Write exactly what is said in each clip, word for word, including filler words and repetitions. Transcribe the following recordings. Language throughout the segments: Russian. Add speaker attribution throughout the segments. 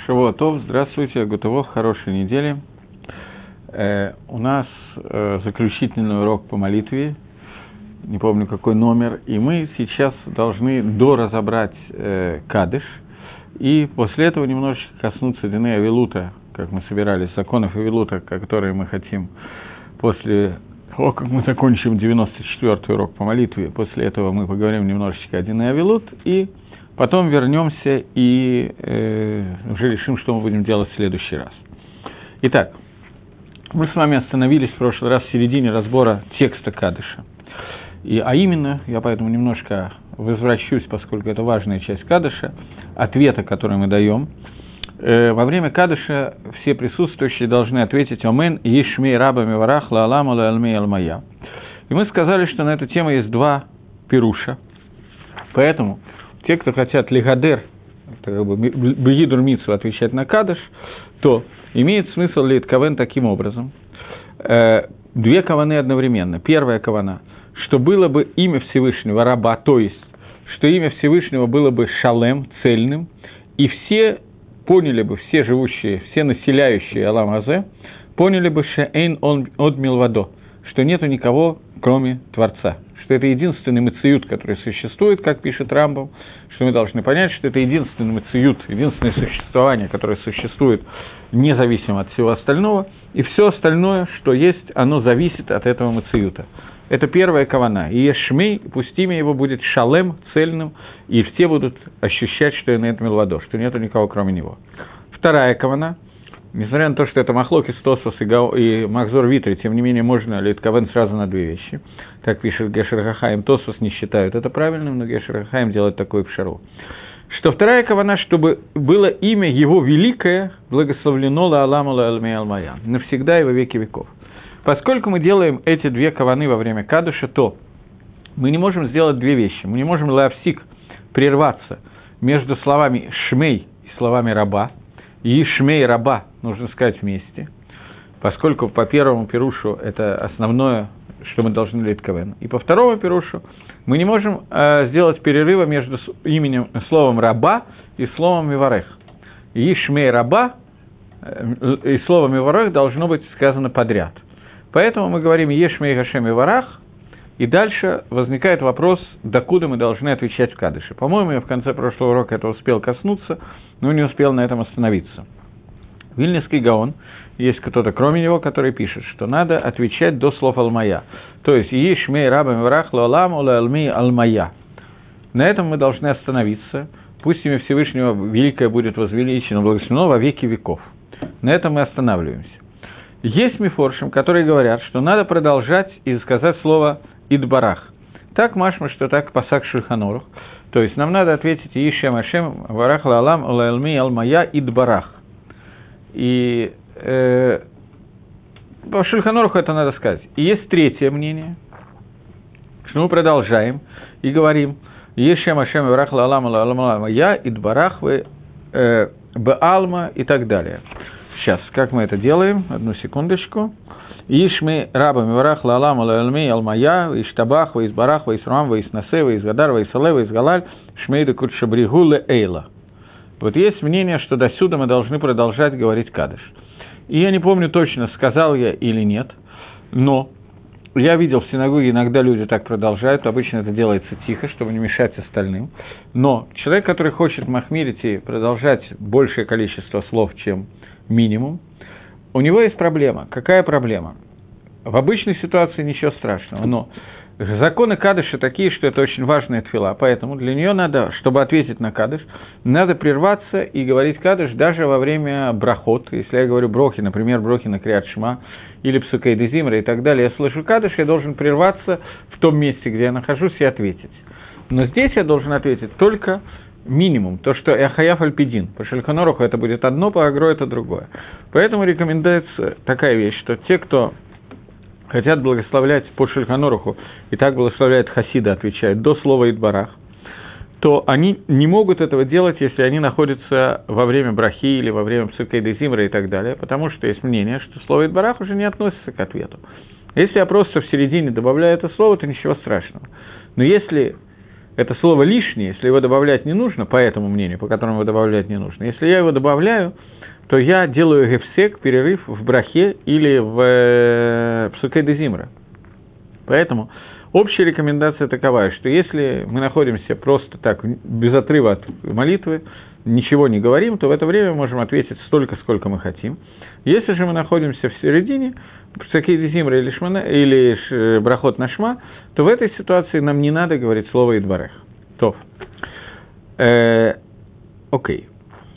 Speaker 1: Шавуатов, здравствуйте, Гутово, хорошей недели. Э, у нас э, заключительный урок по молитве, не помню какой номер, и мы сейчас должны доразобрать э, Кадиш, и после этого немножечко коснуться Диней Авилута, как мы собирались, законов Авилута, которые мы хотим после того, как мы закончим девяносто четвёртый урок по молитве, после этого мы поговорим немножечко о Диней Авилут, и потом вернемся и э, уже решим, что мы будем делать в следующий раз. Итак, мы с вами остановились в прошлый раз в середине разбора текста Кадиша. И, а именно, я поэтому немножко возвращусь, поскольку это важная часть Кадиша, ответа, который мы даем. Э, во время Кадиша все присутствующие должны ответить «Омен ешмей рабами варах лаалам лаалмей алмая». И мы сказали, что на эту тему есть два пируша. Поэтому те, кто хотят лигадер, как бы бегидур мицву отвечать на Кадиш, то имеет смысл лит кавен таким образом. Э, две каваны одновременно. Первая кавана, что было бы имя Всевышнего раба, то есть, что имя Всевышнего было бы шалем, цельным, и все поняли бы, все живущие, все населяющие Алам Азе, поняли бы шеэйн од милвадо, что нету никого, кроме Творца. Что это единственный мециют, который существует, как пишет Рамбам, что мы должны понять, что это единственный мециют, единственное существование, которое существует независимо от всего остального, и все остальное, что есть, оно зависит от этого мециюта. Это первая кавана. И ешмей, пусть имя его будет шалем, цельным, и все будут ощущать, что это нет милвадо, что нету никого, кроме него. Вторая кавана. Несмотря на то, что это Махлокис, Тосфос и, Га... и Махзор Витри, тем не менее, можно литкавен сразу на две вещи. Так пишет Гешер Хахаим. Тосфос не считают это правильным, но Гешер Хахаим делает такой пшару. Что вторая кавана, чтобы было имя его великое, благословлено лаалам лаалмей алмая, навсегда и во веки веков. Поскольку мы делаем эти две каваны во время Кадиша, то мы не можем сделать две вещи. Мы не можем лаавсик прерваться между словами «шмей» и словами «раба», и «шмей» и «раба» нужно сказать вместе, поскольку по первому пирушу это основное, что мы должны литкавен. И по второму пирушу мы не можем э, сделать перерыва между именем, словом «раба» и словом «миварех». И «шмей» «раба» э, и словом «миварех» должно быть сказано подряд. Поэтому мы говорим «ешмей гашем миварах», и дальше возникает вопрос, докуда мы должны отвечать в Кадише. По-моему, я в конце прошлого урока это успел коснуться, но не успел на этом остановиться. Вильнюсский Гаон, есть кто-то кроме него, который пишет, что надо отвечать до слов «алмая». То есть «ешмей рабам варах лаалам лаалмей алмая». На этом мы должны остановиться. Пусть имя Всевышнего великое будет возвеличено, благословено во веки веков. На этом мы останавливаемся. Есть мифоршим, которые говорят, что надо продолжать и сказать слово «идбарах». Так машма, что так пасак Шульхан Арух. То есть нам надо ответить «Ишем Ашем варах лаалам лаалмей алмая идбарах». И э, по Шульхан Аруху это надо сказать. И есть третье мнение, что мы продолжаем и говорим «Ешем Ашем варах лаалам лаалам алмая идбарах вы э, беалма» и так далее. Сейчас, как мы это делаем? Одну секундочку. «Ишми рабами варах лаалам лаалмей алмая, иштабах, ваизбарах, ваисрам, ваиснасе, ваизгадар, ваиsalе, ваизгалаль, шмейда куршабригуле эйла». Вот есть мнение, что до сюда мы должны продолжать говорить Кадиш. И я не помню точно, сказал я или нет, но я видел в синагоге, иногда люди так продолжают, обычно это делается тихо, чтобы не мешать остальным. Но человек, который хочет махмирить и продолжать большее количество слов, чем минимум, у него есть проблема. Какая проблема? В обычной ситуации ничего страшного, но законы Кадиша такие, что это очень важная тфила, поэтому для нее надо, чтобы ответить на Кадиш, надо прерваться и говорить Кадиш даже во время брахот. Если я говорю брохи, например, брохи на Криат Шма или Псукей де Зимра и так далее, я слышу Кадиш, я должен прерваться в том месте, где я нахожусь, и ответить. Но здесь я должен ответить только минимум, то, что Эхаяф Альпидин. По Шульхан Аруху это будет одно, по Агро это другое. Поэтому рекомендуется такая вещь, что те, кто хотят благословлять по Шульхан Аруху, и так благословляют хасида, отвечают до слова «идбарах», то они не могут этого делать, если они находятся во время брахи или во время Псукей де Зимра и так далее, потому что есть мнение, что слово «идбарах» уже не относится к ответу. Если я просто в середине добавляю это слово, то ничего страшного. Но если это слово лишнее, если его добавлять не нужно, по этому мнению, по которому его добавлять не нужно, если я его добавляю, то я делаю гефсек, перерыв в брахе или в псукей де зимра. Поэтому общая рекомендация такова, что если мы находимся просто так, без отрыва от молитвы, ничего не говорим, то в это время можем ответить столько, сколько мы хотим. Если же мы находимся в середине, псукей де зимра или, шмана, или брахот на шма, то в этой ситуации нам не надо говорить слово идбарех. Тов. Э, окей.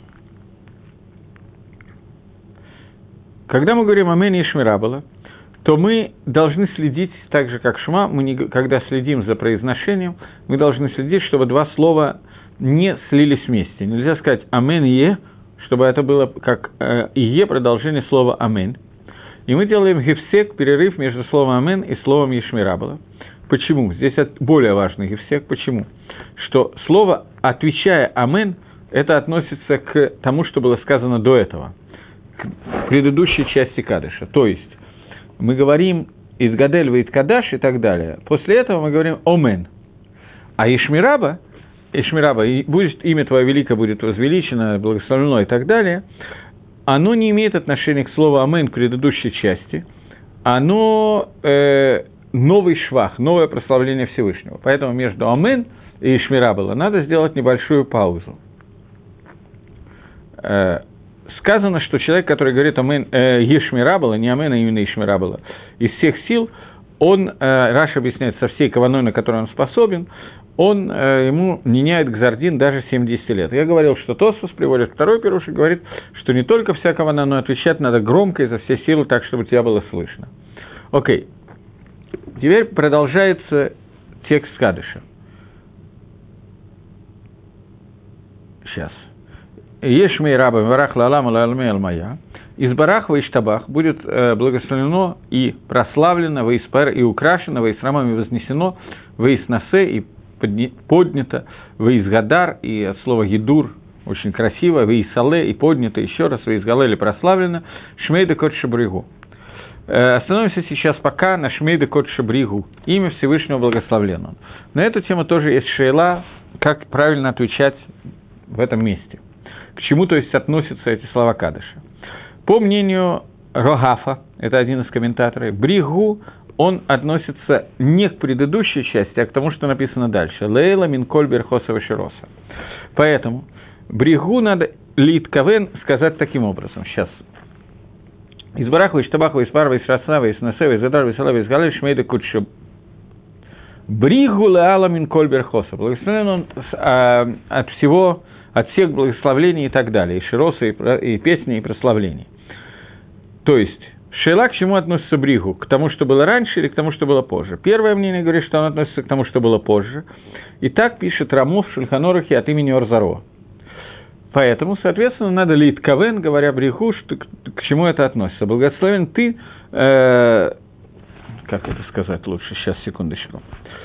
Speaker 1: Когда мы говорим «Амен» и «Шмирабала», то мы должны следить, так же как «Шма», мы не, когда следим за произношением, мы должны следить, чтобы два слова не слились вместе. Нельзя сказать «Амен» и «Е», чтобы это было как э, «Е» продолжение слова «Амен». И мы делаем гефсек, перерыв между словом «Амен» и словом «Ешмирабала». Почему? Здесь более важный гефсек. Почему? Что слово, отвечая «Амен», это относится к тому, что было сказано до этого, к предыдущей части Кадыша. То есть, мы говорим «Изгадель вейт Кадаш» и так далее. После этого мы говорим «Омен». А Ешмираба, Ешмираба, будет имя Твое великое, будет возвеличено, благословено и так далее, оно не имеет отношения к слову «Амен» к предыдущей части. Оно э, новый швах, новое прославление Всевышнего. Поэтому между «Амен» и «Ешмирабала» надо сделать небольшую паузу. Э, сказано, что человек, который говорит «Амен», э, «Ешмирабала», не «Амен», а именно «Ешмирабала», из всех сил, он, э, Раш объясняет, со всей каваной, на которую он способен, он, э, ему меняет гзардин даже семьдесят лет. Я говорил, что Тосфос приводит второй пируш и говорит, что не только вся кавана, но отвечать надо громко изо всей силы, так, чтобы тебя было слышно. Окей. Теперь продолжается текст Кадыша. Сейчас. Ешмей раба варах лалам лалме алмая. Из бараха и штабах будет э, благословено и прославлено, вейспар и украшено, вейсрамами вознесено, вейснасе и поднято, вейсгадар и от слова гидур очень красиво, вейсале и поднято еще раз, вейсгалели прославлено, шмейда кот шабригу. Э, остановимся сейчас пока на шмейда кот шабригу, имя Всевышнего благословлено. На эту тему тоже есть шейла, как правильно отвечать в этом месте. К чему, то есть, относятся эти слова Кадыша. По мнению Рогафа, это один из комментаторов, бригу, он относится не к предыдущей части, а к тому, что написано дальше. Лейла минколь берхоса вашироса. Поэтому бригу надо литкавен сказать таким образом. Сейчас. Из бараху, из табаху, из парва, из расава, из насева, из задар, из салава, из галель, шмейда кутши. Бригу леала минколь берхоса. Благословен он а, от всего, от всех благословлений и так далее, и широса, и, и песни, и прославлений. То есть, шейла к чему относится бригу? К тому, что было раньше, или к тому, что было позже? Первое мнение говорит, что он относится к тому, что было позже. И так пишет Рамов в Шульхан Орухе от имени Орзаро. Поэтому, соответственно, надо лит кавен, говоря бригу, что, к, к чему это относится. Благословен ты, э, как это сказать лучше, сейчас, секундочку.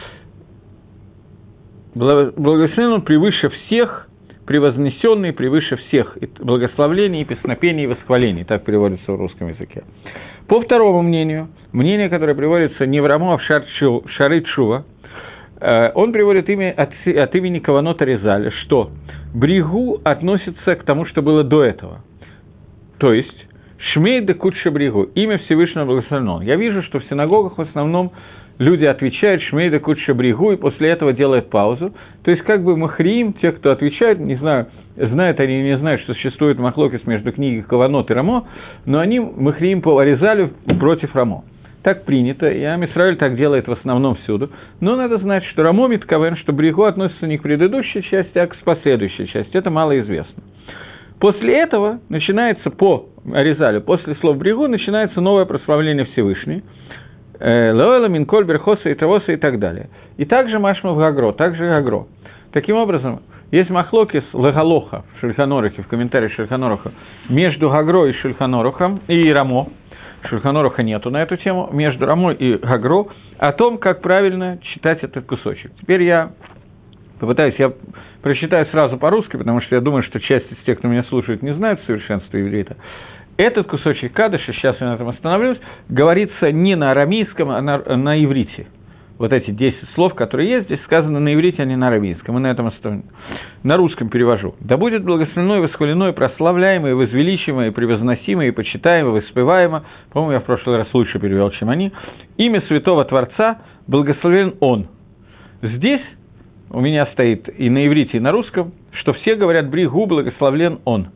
Speaker 1: Благословен он превыше всех, превознесенный превыше всех благословлений, песнопений и восхвалений, так переводится в русском языке. По второму мнению, мнение, которое приводится не в Рамо, а в Шары Тшува, он приводит имя от, от имени Каванота Резаля, что бригу относится к тому, что было до этого. То есть, Шмей де Кутша бригу, имя Всевышнего благословено. Я вижу, что в синагогах в основном люди отвечают «Шмей да кутша бригу» и после этого делают паузу. То есть, как бы махриим, те, кто отвечает, не знаю, знают они или не знают, что существует махлокис между книгой Каванот и Рамо, но они махриим по Аризалю против Рамо. Так принято, и Ам Исраэль так делает в основном всюду. Но надо знать, что Рамо митковен, что бригу относится не к предыдущей части, а к последующей части. Это малоизвестно. После этого начинается по Аризалю, после слов бригу, начинается новое прославление Всевышнего. Лоэла, Минколь, Берхоса, и Тавоса и так далее. И также Машма в Гагро, также Гагро. Таким образом, есть махлокис Лагалоха в Шульхан Орухе, в комментарии Шульхан Оруха, между Гагро и Шульхан Орухом, и Рамо, Шульхан Оруха нету на эту тему, между Рамо и Гагро, о том, как правильно читать этот кусочек. Теперь я попытаюсь, я прочитаю сразу по-русски, потому что я думаю, что часть из тех, кто меня слушает, не знает совершенства иврита. Этот кусочек Кадыша, сейчас я на этом остановлюсь, говорится не на арамейском, а на, на иврите. вот эти десять слов, которые есть, здесь сказаны на иврите, а не на арамейском. И на этом оставим. На русском перевожу. «Да будет благословено и восхвалено, и прославляемо, и возвеличимо, и превозносимо, и почитаемо, и воспеваемо». По-моему, я в прошлый раз лучше перевел, чем они. «Имя Святого Творца, благословен Он». Здесь у меня стоит и на иврите, и на русском, что все говорят «бригу, благословлен Он».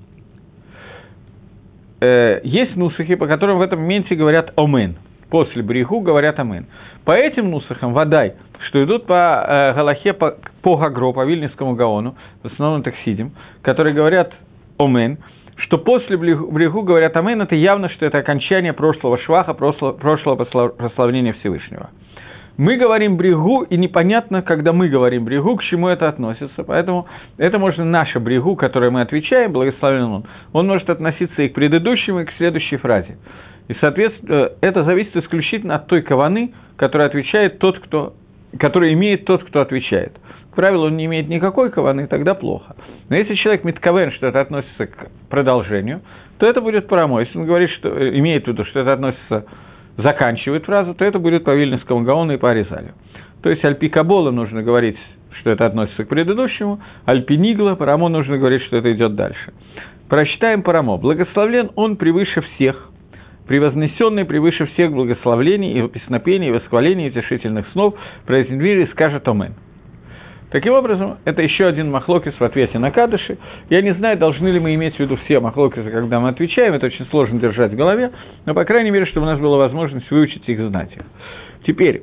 Speaker 1: Э, есть нусахи, по которым в этом моменте говорят «омен». После бригу говорят «амен». По этим нусахам, водай, что идут по э, галахе, по, по гагро, по Вильнюсскому гаону, в основном таксидим, которые говорят «омен», что после бригу говорят «амен», это явно, что это окончание прошлого шваха, прошлого, прошлого прославления Всевышнего. Мы говорим бригу, и непонятно, когда мы говорим бригу, к чему это относится. Поэтому это можно наше бригу, которое мы отвечаем, благословен он, он может относиться и к предыдущему, и к следующей фразе. И, соответственно, это зависит исключительно от той каваны, которая отвечает тот, кто, который имеет тот, кто отвечает. Как правило, он не имеет никакой каваны, тогда плохо. Но если человек митковен, что это относится к продолжению, то это будет парамо. Если он говорит, что имеет в виду, что это относится, заканчивает фразу, то это будет по Вильнюсскому гаону и по Аризалю. То есть альпи кабола нужно говорить, что это относится к предыдущему, альпи нигла, парамо нужно говорить, что это идет дальше. Прочитаем парамо. Благословлен он превыше всех, превознесенный превыше всех благословлений и песнопений, и восхвалений, и утешительных снов, произнесет в мире и скажет «Амен». Таким образом, это еще один махлокис в ответе на кадыши. Я не знаю, должны ли мы иметь в виду все махлокисы, когда мы отвечаем, это очень сложно держать в голове, но, по крайней мере, чтобы у нас была возможность выучить их, знать их. Теперь,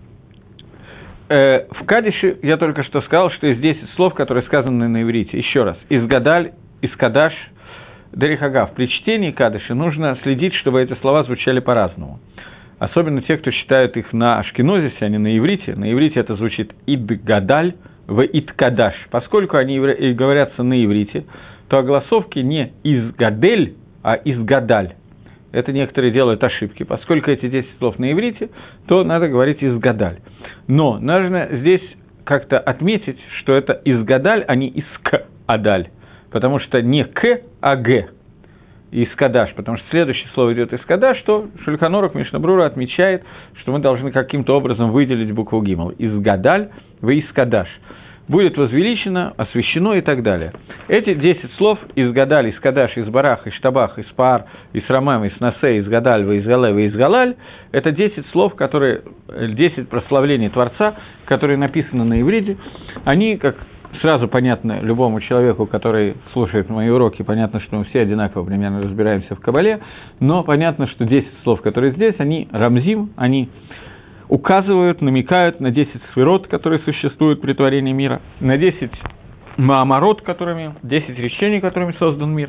Speaker 1: э, в кадише я только что сказал, что есть десять слов, которые сказаны на иврите. Еще раз, «изгадаль», «искадаш», Дерихагав, при чтении кадыши нужно следить, чтобы эти слова звучали по-разному. Особенно те, кто читают их на ашкенозисе, а не на иврите. На иврите это звучит «идгадаль» в «идкадаш». Поскольку они говорятся на иврите, то огласовки не «изгадель», а «изгадаль». Это некоторые делают ошибки. Поскольку эти десять слов на иврите, то надо говорить «изгадаль». Но нужно здесь как-то отметить, что это «изгадаль», а не «искадаль». Потому что не «к», а «г», «искадаш», потому что следующее слово идет «искадаш», что Шульхан Орух Мишна Брура отмечает, что мы должны каким-то образом выделить букву «гимл». «Изгадаль» в «искадаш». Будет возвеличено, освящено и так далее. Эти десять слов «изгадаль», «искадаш», «избарах», «иштабах», «испар», «исрамам», «иснасе», «изгадаль», «изгале», «изгалаль» – это десять слов, которые, десять прославлений Творца, которые написаны на иврите, они, как сразу понятно любому человеку, который слушает мои уроки, понятно, что мы все одинаково примерно разбираемся в Кабале, но понятно, что десять слов, которые здесь, они рамзим, они указывают, намекают на десять сферот, которые существуют при творении мира, на десять маамарот, которыми, десять речений, которыми создан мир,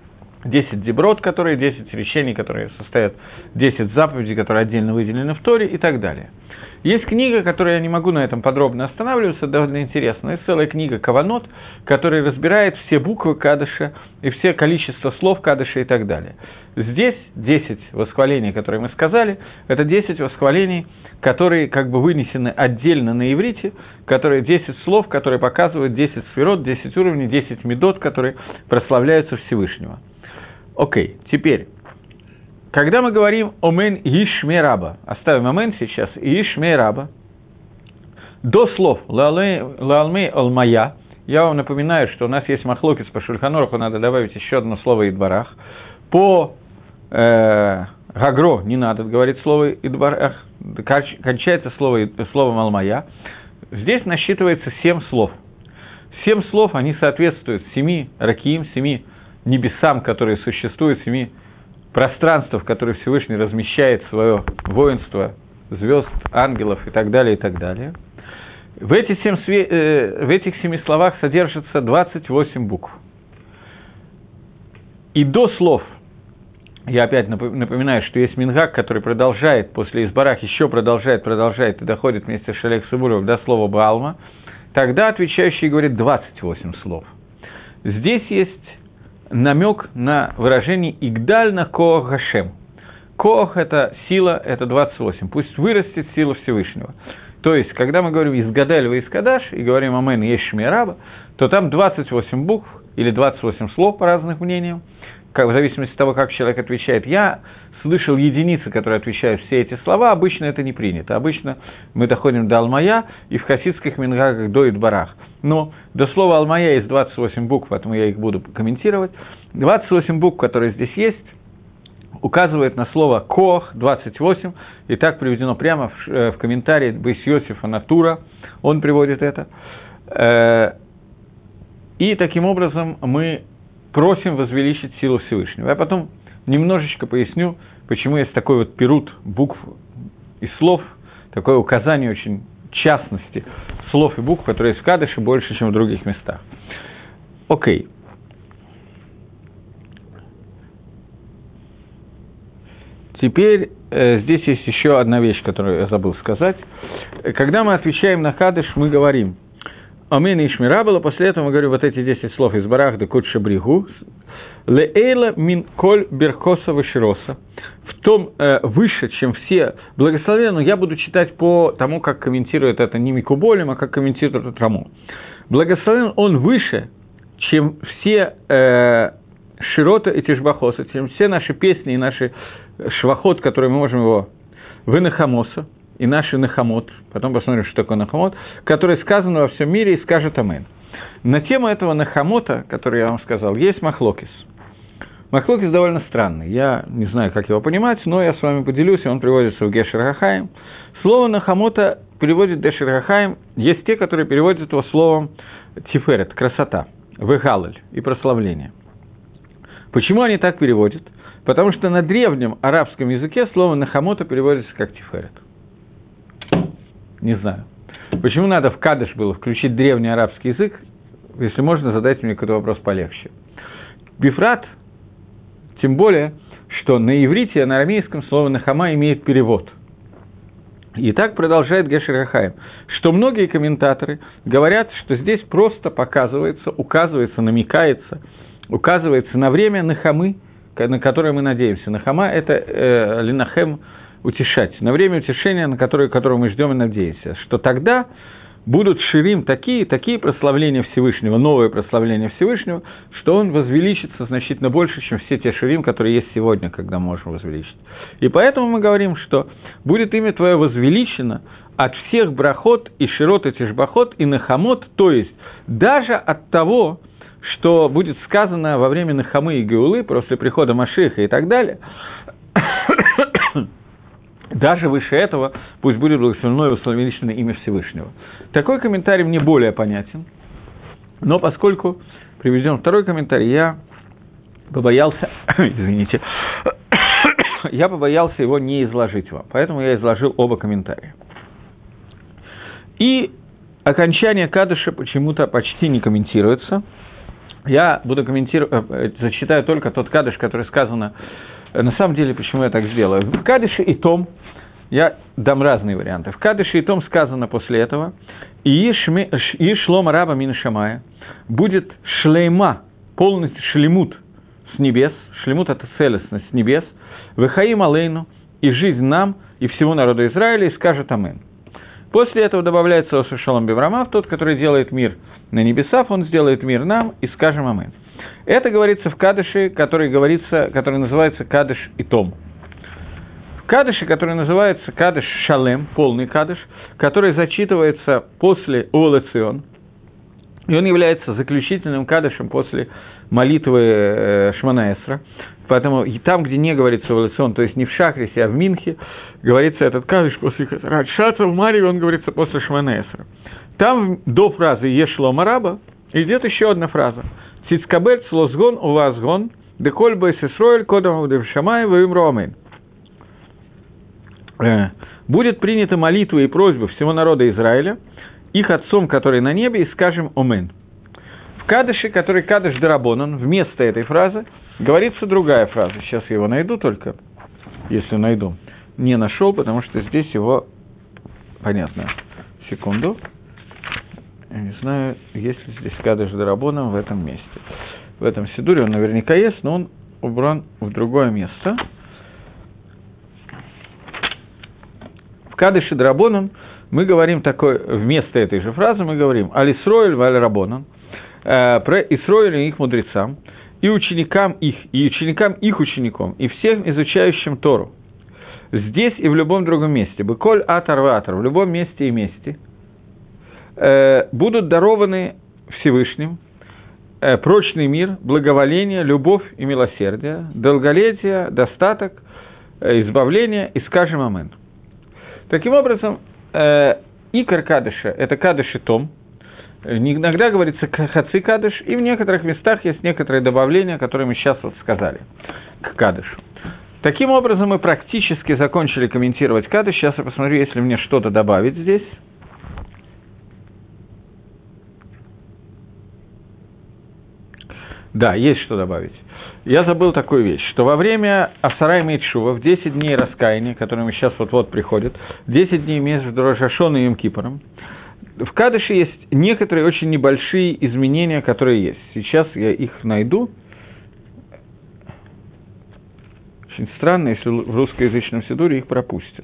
Speaker 1: десять деброд, которые, десять речений, которые состоят, десять заповедей, которые отдельно выделены в Торе и так далее. Есть книга, которую я не могу на этом подробно останавливаться, довольно интересная. Есть целая книга «Каванот», которая разбирает все буквы кадыша и все количество слов кадыша и так далее. Здесь десять восхвалений, которые мы сказали, это десять восхвалений, которые как бы вынесены отдельно на иврите, которые десять слов, которые показывают десять сферот, десять уровней, десять медот, которые прославляются Всевышнего. Окей, теперь. Когда мы говорим «Омен Ишме Раба», оставим «Омен» сейчас, «Ишме Раба», до слов «Лаалмей Алмая», я вам напоминаю, что у нас есть махлокис по Шульхан Оруху, надо добавить еще одно слово «Идбарах». По э, Гагро не надо говорить слово «Идбарах», кончается слово, словом «Алмая». Здесь насчитывается семь слов. Семь слов, они соответствуют семи ракиим, семи небесам, которые существуют, семи пространство, в которое Всевышний размещает свое воинство, звезд, ангелов и так далее, и так далее. В, эти семь, э, в этих семи словах содержится двадцать восемь букв. И до слов, я опять напоминаю, что есть мингак, который продолжает, после Избарах еще продолжает, продолжает и доходит вместе с Шалех Сабуров до слова Баалма, тогда отвечающий говорит двадцать восемь слов. Здесь есть намек на выражение «Игдаль на Коах Гашем». Коах – это сила, это двадцать восемь. Пусть вырастет сила Всевышнего. То есть, когда мы говорим «Изгадаль во Искадаш» и говорим «Амен Ешми Раба», то там двадцать восемь букв или двадцать восемь слов, по разным мнениям, как, в зависимости от того, как человек отвечает. Я слышал единицы, которые отвечают все эти слова, обычно это не принято. Обычно мы доходим до Алмая и в хасидских мингагах до Идбарах. Но до слова Алмая есть двадцать восемь букв, поэтому я их буду комментировать. двадцать восемь букв, которые здесь есть, указывает на слово «коах» двадцать восемь, и так приведено прямо в, в комментарии Бейс Йосифа Натура, он приводит это. И таким образом мы просим возвеличить силу Всевышнего. Я потом немножечко поясню, почему есть такой вот пирут букв и слов, такое указание очень частности слов и букв, которые есть в Кадеше больше, чем в других местах. Окей. Теперь э, здесь есть еще одна вещь, которую я забыл сказать. Когда мы отвечаем на Кадеш, мы говорим «Амен Ишмира было», после этого мы говорим вот эти десять слов из Барах де Кудша Бригу, «Леэйла мин коль берхоса вешироса», в том э, выше, чем все благословения, но я буду читать по тому, как комментирует это не Микуболем, а как комментирует Раму. Благословен он выше, чем все э, широта и тишбахоса, чем все наши песни и наши швахот, которые мы можем его вынахамоса, и наши нахамот, потом посмотрим, что такое нахамот, которые сказаны во всем мире, и скажет амен. На тему этого нахамота, который я вам сказал, есть махлокис. Махлокис довольно странный, я не знаю, как его понимать, но я с вами поделюсь, и он приводится в Гешер Хахаим. Слово нахамота переводит Гешер Хахаим, есть те, которые переводят его словом тиферет, красота, вегалель и прославление. Почему они так переводят? Потому что на древнем арабском языке слово нахамота переводится как тиферет. Не знаю. Почему надо в Кадеш было включить древний арабский язык, если можно, задать мне какой-то вопрос полегче. Бифрат, тем более, что на иврите, на арамейском слово «нахама» имеет перевод. И так продолжает Гешер Хахаим, что многие комментаторы говорят, что здесь просто показывается, указывается, намекается, указывается на время нахамы, на которое мы надеемся. Нахама – это э, линахем, утешать, на время утешения, на которое, которое мы ждем и надеемся, что тогда будут ширим такие, такие прославления Всевышнего, новые прославления Всевышнего, что он возвеличится значительно больше, чем все те ширим, которые есть сегодня, когда мы можем возвеличить. И поэтому мы говорим, что будет имя Твое возвеличено от всех брахот и широт и тишбахот и нахамот, то есть даже от того, что будет сказано во время нахамы и геулы, после прихода Машиаха и так далее, даже выше этого пусть будет благословенное и возвеличенное имя Всевышнего. Такой комментарий мне более понятен, но поскольку приведем второй комментарий, я побоялся, извините, я побоялся его не изложить вам, поэтому я изложил оба комментария. И окончание Кадеша почему-то почти не комментируется. Я буду комментировать, зачитаю только тот Кадеш, который сказано. На самом деле, почему я так сделаю? В Кадеше и Том, я дам разные варианты. В Кадеше и Том сказано после этого, «И шлома раба мин шамая», будет шлейма, полностью шлемут с небес, шлемут это целостность с небес, «Вехаим алейну», и жизнь нам, и всему народу Израиля, и скажет амен. После этого добавляется Осу Шалом Беврамав, тот, который делает мир на небесах, он сделает мир нам, и скажем амен. Это говорится в Кадеше, который, говорится, который называется Кадеш и Том. В Кадеше, который называется Кадеш Шалем, полный Кадеш, который зачитывается после Олецион, и он является заключительным Кадешем после молитвы э, Шмона Эсра. Поэтому и там, где не говорится Олецион, то есть не в Шахрисе, а в Минхе, говорится этот Кадеш после Радшата, в Марии он говорится после Шмона Эсра. Там до фразы «Ешлома раба» идет еще одна фраза. «Цицкабель цлозгон увазгон, деколь бойс Исроэль, кодам удевшамай, ваимру амин». Будет принята молитва и просьба всего народа Израиля, их отцом, который на небе, и скажем «Омен». В Кадеше, который Кадеш Дарабонан, вместо этой фразы, говорится другая фраза. Сейчас я его найду только, если найду. Не нашел, потому что здесь его... Понятно. Секунду. Я не знаю, есть ли здесь Кадеш Дарабонан в этом месте. В этом сидуре он наверняка есть, но он убран в другое место. В Кадеше Дарабонан мы говорим такой, вместо этой же фразы мы говорим «Аль Исроэль валь Рабонан», про Исроэль и их мудрецам. и ученикам их, и ученикам их ученикам, и всем изучающим Тору. Здесь и в любом другом месте, быколь атар ватар, в любом месте и месте, э, будут дарованы Всевышним э, прочный мир, благоволение, любовь и милосердие, долголетие, достаток, э, избавление, и скажем амен. Таким образом, э, икор кадыша – это кадыш и том, иногда говорится хаци кадыш, и в некоторых местах есть некоторые добавления, которые мы сейчас вот сказали, к кадышу. Таким образом, мы практически закончили комментировать кадыш. Сейчас я посмотрю, если мне что-то добавить здесь. Да, есть что добавить. Я забыл такую вещь, что во время Асара Йемей Тшува, в десять дней раскаяния, которые мы сейчас вот-вот приходят, десять дней между Рош ха-Шана и Йом Кипуром, в кадыше есть некоторые очень небольшие изменения, которые есть. Сейчас я их найду. Очень странно, если в русскоязычном сидуре их пропустят.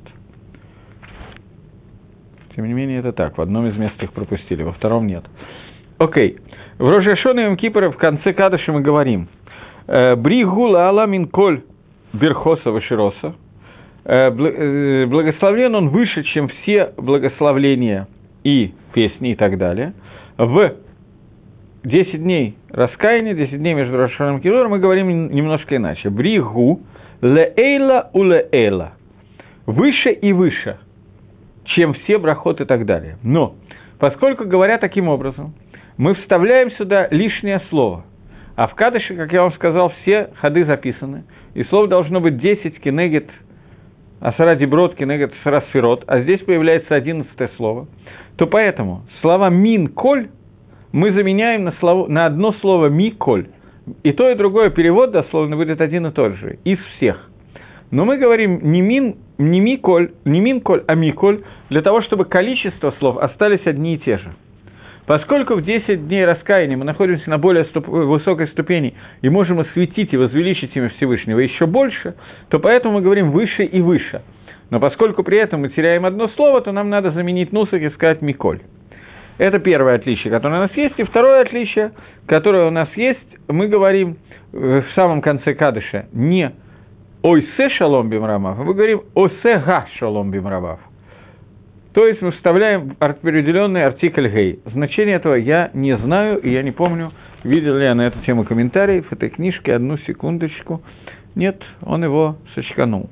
Speaker 1: Тем не менее, это так. В одном из мест их пропустили, во втором нет. Окей. В Рош ха-Шана и Йом Кипура в конце кадыша мы говорим «Бри гула ала мин коль берхоса вашироса». Благословлен он выше, чем все благословления и песни и так далее. В десять дней раскаяния, десять дней между Рош ха-Шана и Йом Кипуром мы говорим немножко иначе. «Бри гу леэйла у леэйла». Выше и выше, чем все брахот и так далее. Но, поскольку говоря таким образом, мы вставляем сюда лишнее слово. А в кадыше, как я вам сказал, все ходы записаны. И слово должно быть десять кенегет асара диброд, кенегет асара сферот. А здесь появляется одиннадцатое слово. То поэтому слова мин коль мы заменяем на, слово, на одно слово ми коль. И то, и другое перевод дословно будет один и тот же. Из всех. Но мы говорим не мин, не ми коль, не мин коль, а ми коль, для того, чтобы количество слов остались одни и те же. Поскольку в десять дней раскаяния мы находимся на более ступ... высокой ступени и можем осветить и возвеличить имя Всевышнего еще больше, то поэтому мы говорим выше и выше. Но поскольку при этом мы теряем одно слово, то нам надо заменить нусак и сказать «миколь». Это первое отличие, которое у нас есть. И второе отличие, которое у нас есть, мы говорим в самом конце кадыша не «ойсе шалом бимрамав», мы говорим «осе га шалом бимрамав». То есть мы вставляем определенный артикль «гей». Значение этого я не знаю, и я не помню, видел ли я на эту тему комментарий в этой книжке. Одну секундочку. Нет, он его сочканул.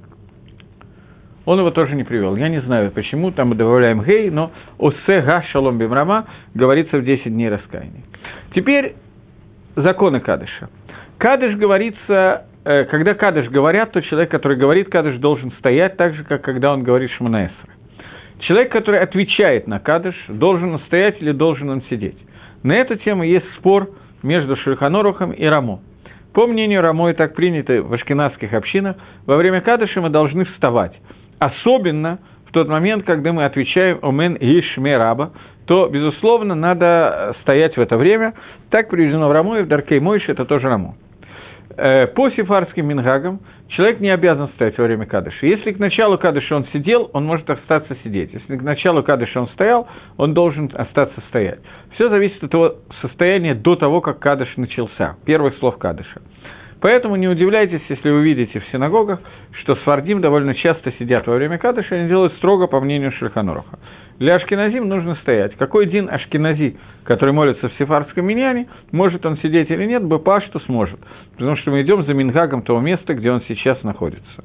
Speaker 1: Он его тоже не привел. Я не знаю, почему. Там мы добавляем «гей», но «осе га шалом бимрама» говорится в десять дней раскаяния. Теперь законы кадыша. Кадыш говорится... Когда кадыш говорят, то человек, который говорит кадыш, должен стоять так же, как когда он говорит шмона эсра. Человек, который отвечает на кадыш, должен он стоять или должен он сидеть. На эту тему есть спор между Шульхан Арухом и Рамо. По мнению Рамо, и так принято в ашкеназских общинах, во время кадыша мы должны вставать. Особенно в тот момент, когда мы отвечаем «Омен ишме раба», то, безусловно, надо стоять в это время. Так приведено в Рамо, и в Даркей Мойше это тоже Рамо. По сефардским мингагам человек не обязан стоять во время кадыша. Если к началу кадыша он сидел, он может остаться сидеть. Если к началу кадыша он стоял, он должен остаться стоять. Все зависит от его состояния до того, как кадыш начался, первых слов кадыша. Поэтому не удивляйтесь, если вы видите в синагогах, что сфардим довольно часто сидят во время кадыша, и они делают строго по мнению Шульхан Аруха. Для ашкеназим нужно стоять. Какой дин ашкенази, который молится в сефардском миньяне, может он сидеть или нет, бепашту сможет. Потому что мы идем за мингагом того места, где он сейчас находится.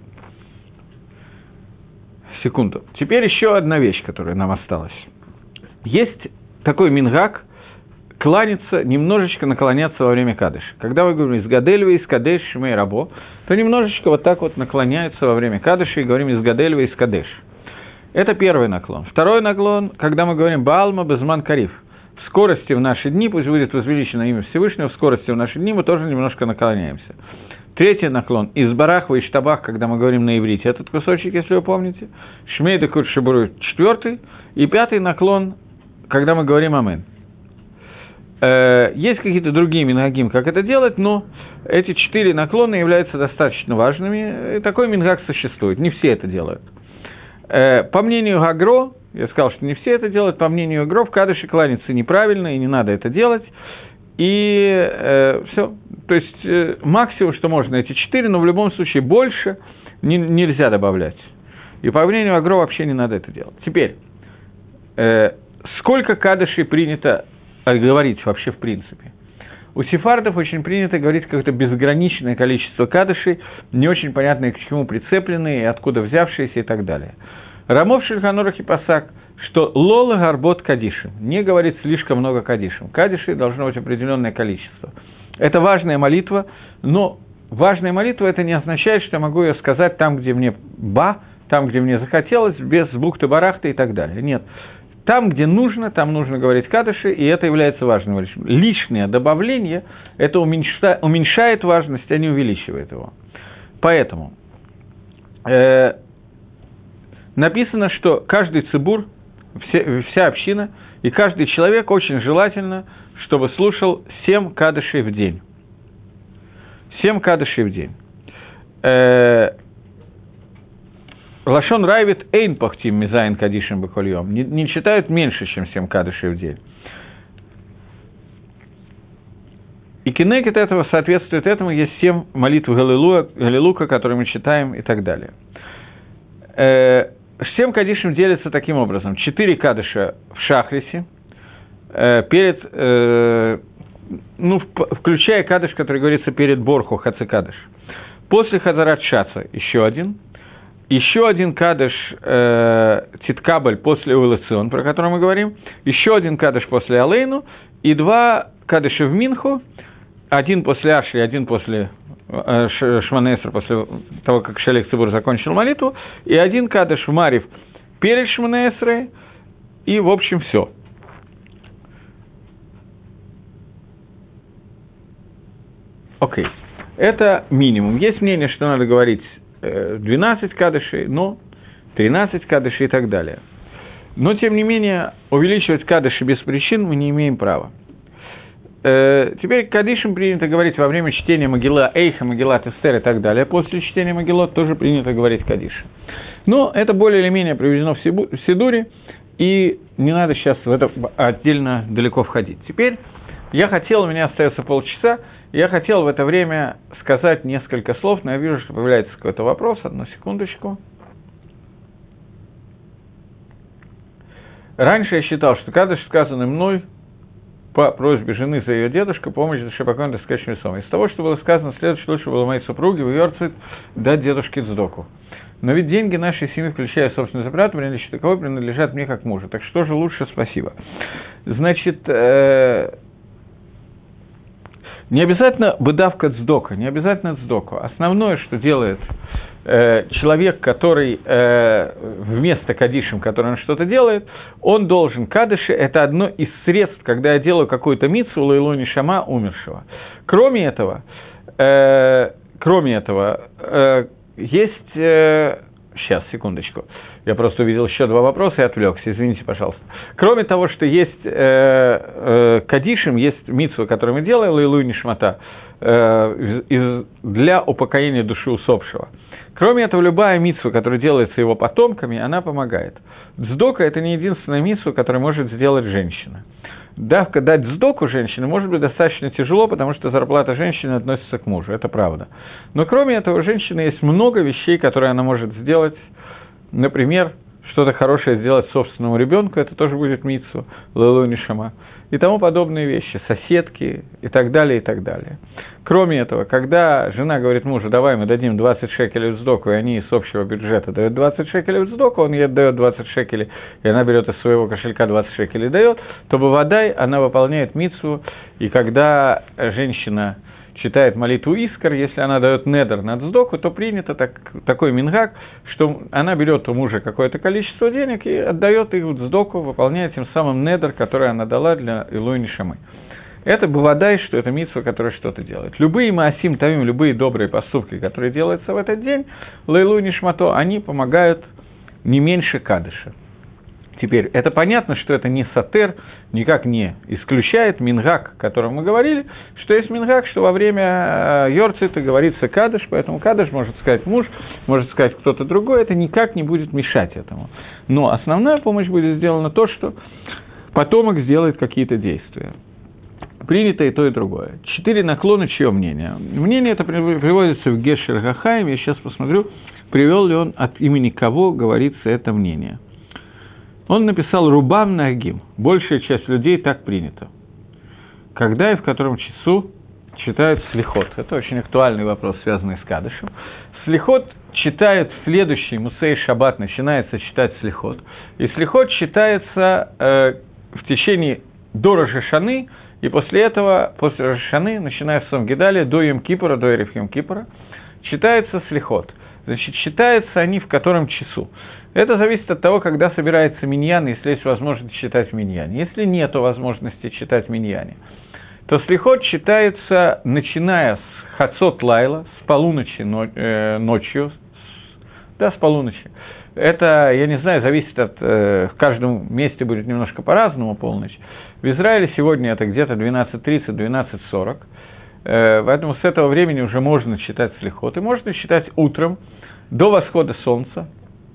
Speaker 1: Секунду. Теперь еще одна вещь, которая нам осталась. Есть такой мингаг, кланяться, немножечко наклоняться во время кадыша. Когда вы говорим «из гадельва, из кадеш, шмей рабо», то немножечко вот так вот наклоняются во время кадыша и говорим «из гадельва, из кадеш». Это первый наклон. Второй наклон, когда мы говорим «баалма безман кариф». В скорости в наши дни, пусть будет возвеличено имя Всевышнего, в скорости в наши дни мы тоже немножко наклоняемся. Третий наклон – из барахва и штабах, когда мы говорим на иврите, этот кусочек, если вы помните. Шмей да куд шибуру – четвертый. И пятый наклон, когда мы говорим «амен». Есть какие-то другие мингагим, как это делать, но эти четыре наклона являются достаточно важными, и такой мингаг существует, не все это делают. По мнению Гагро, я сказал, что не все это делают, по мнению Гагро, в кадыше кланяться неправильно, и не надо это делать. и э, все. То есть э, максимум, что можно, эти четыре, но в любом случае больше не, нельзя добавлять. И по мнению Агро вообще не надо это делать. Теперь, э, сколько кадышей принято говорить вообще в принципе? У сефардов очень принято говорить какое-то безграничное количество кадышей, не очень понятные, к чему прицепленные, и откуда взявшиеся и так далее. Рамов Шульхан Арух и Пасак, что лола гарбот кадишем, не говорит слишком много кадишем. Кадишей должно быть определенное количество. Это важная молитва, но важная молитва это не означает, что я могу ее сказать там, где мне ба, там, где мне захотелось, без бухты-барахты и так далее. Нет. Там, где нужно, там нужно говорить кадыши, и это является важным. Лишнее добавление, это уменьшает, уменьшает важность, а не увеличивает его. Поэтому э, написано, что каждый цибур, все, вся община и каждый человек очень желательно, чтобы слушал семь кадышей в день. Семь кадышей в день. Э, Лашон Райвит эйн пахтим мизайн кадишем бекольем. Не, не читают меньше, чем семь кадышей в день. И кинекет этого соответствует этому. Есть семь молитв Галилука, которые мы читаем и так далее. Э, семь кадишем делятся таким образом. Четыре кадыша в шахрисе. Э, перед, э, ну, включая кадыш, который говорится перед Борху, Хацикадыш. После Хазарат Шаца еще один. Еще один кадыш э, Титкабль после Уэлэцион, про который мы говорим. Еще один кадыш после Алейну. И два кадыша в Минху. Один после Ашри, один после э, Шманесра, после того, как Шелех Цибур закончил молитву. И один кадыш в Марив перед Шманесрой. И, в общем, все. Окей. Это минимум. Есть мнение, что надо говорить двенадцать кадышей, но тринадцать кадышей и так далее. Но, тем не менее, увеличивать кадыши без причин мы не имеем права. Э, теперь кадышем принято говорить во время чтения Могила Эйха, Могила Эстер и так далее. После чтения Могилот тоже принято говорить кадиш. Но это более или менее приведено в Сидуре, и не надо сейчас в это отдельно далеко входить. Теперь я хотел, у меня остается полчаса, я хотел в это время сказать несколько слов, но я вижу, что появляется какой-то вопрос. Одну секундочку. Раньше я считал, что кадыш, сказанный мной по просьбе жены за ее дедушку, помощь за шепакон да скачем весом. Из того, что было сказано, следует, что лучше было моей супруге в Йорцит дать дедушке цдоку. Но ведь деньги нашей семьи, включая собственную зарплату, принадлежат таковой, принадлежат мне как мужу. Так что же лучше, спасибо. Значит, э- не обязательно быдавка цдока, не обязательно цдоку. Основное, что делает э, человек, который э, вместо кадишем, который он что-то делает, он должен, кадыши – это одно из средств, когда я делаю какую-то мицву лейлу нишама умершего. Кроме этого, э, кроме этого, э, есть… Э, сейчас, секундочку. Я просто увидел еще два вопроса и отвлекся, извините, пожалуйста. Кроме того, что есть э, э, кадишем, есть мицва, которую мы делаем, лейлу нишмата, э, из, для упокоения души усопшего. Кроме этого, любая мицва, которая делается его потомками, она помогает. Цдока – это не единственная мицва, которую может сделать женщина. Давка дать цдоку женщине может быть достаточно тяжело, потому что зарплата женщины относится к мужу, это правда. Но кроме этого, у женщины есть много вещей, которые она может сделать. Например, что-то хорошее сделать собственному ребенку, это тоже будет мицва, лейлу нишама, и тому подобные вещи, соседки и так далее, и так далее. Кроме этого, когда жена говорит мужу, давай мы дадим двадцать шекелей в цдоку, и они из общего бюджета дают двадцать шекелей в цдоку, он ей дает двадцать шекелей, и она берет из своего кошелька двадцать шекелей и дает, то бывадай, она выполняет мицву, и когда женщина читает молитву Искар, если она дает недер на цдоку, то принято так, такой мингак, что она берет у мужа какое-то количество денег и отдает их в цдоку, выполняя тем самым недер, который она дала для Илуи Нишамы. Это бывадай, что это мицва, которая что-то делает. Любые маасим тавим, любые добрые поступки, которые делаются в этот день, Лейлу Нишмато, они помогают не меньше кадыша. Теперь, это понятно, что это не сатер, никак не исключает мингак, о котором мы говорили, что есть мингак, что во время йорцита говорится кадыш, поэтому кадыш может сказать муж, может сказать кто-то другой, это никак не будет мешать этому. Но основная помощь будет сделана то, что потомок сделает какие-то действия. принято и то, и другое. Четыре наклона, чье мнение? Мнение это приводится в Гешер Гахаим, я сейчас посмотрю, привел ли он от имени кого говорится это мнение. Он написал «Рубам нагим», большая часть людей так принято. Когда и в котором часу читают слихот? Это очень актуальный вопрос, связанный с Кадышем. Слихот читает следующий, Мусей Шаббат начинается читать слихот. И слихот читается э, в течение до Рош ха-Шаны, и после этого, после Рош ха-Шаны, начиная с Сом-Гедали, до Йом-Кипура, до Эрев Йом-Кипура, читается слихот. Значит, читаются они в котором часу. Это зависит от того, когда собирается миньян, если есть возможность читать в миньяне. Если нет возможности читать в миньяне, то слихот читается, начиная с Хацот Лайла, с полуночи ночью, да, с полуночи. Это, я не знаю, зависит от... Э, в каждом месте будет немножко по-разному полночь. В Израиле сегодня это где-то двенадцать тридцать - двенадцать сорок. Э, поэтому с этого времени уже можно читать слихот. И можно читать утром до восхода солнца.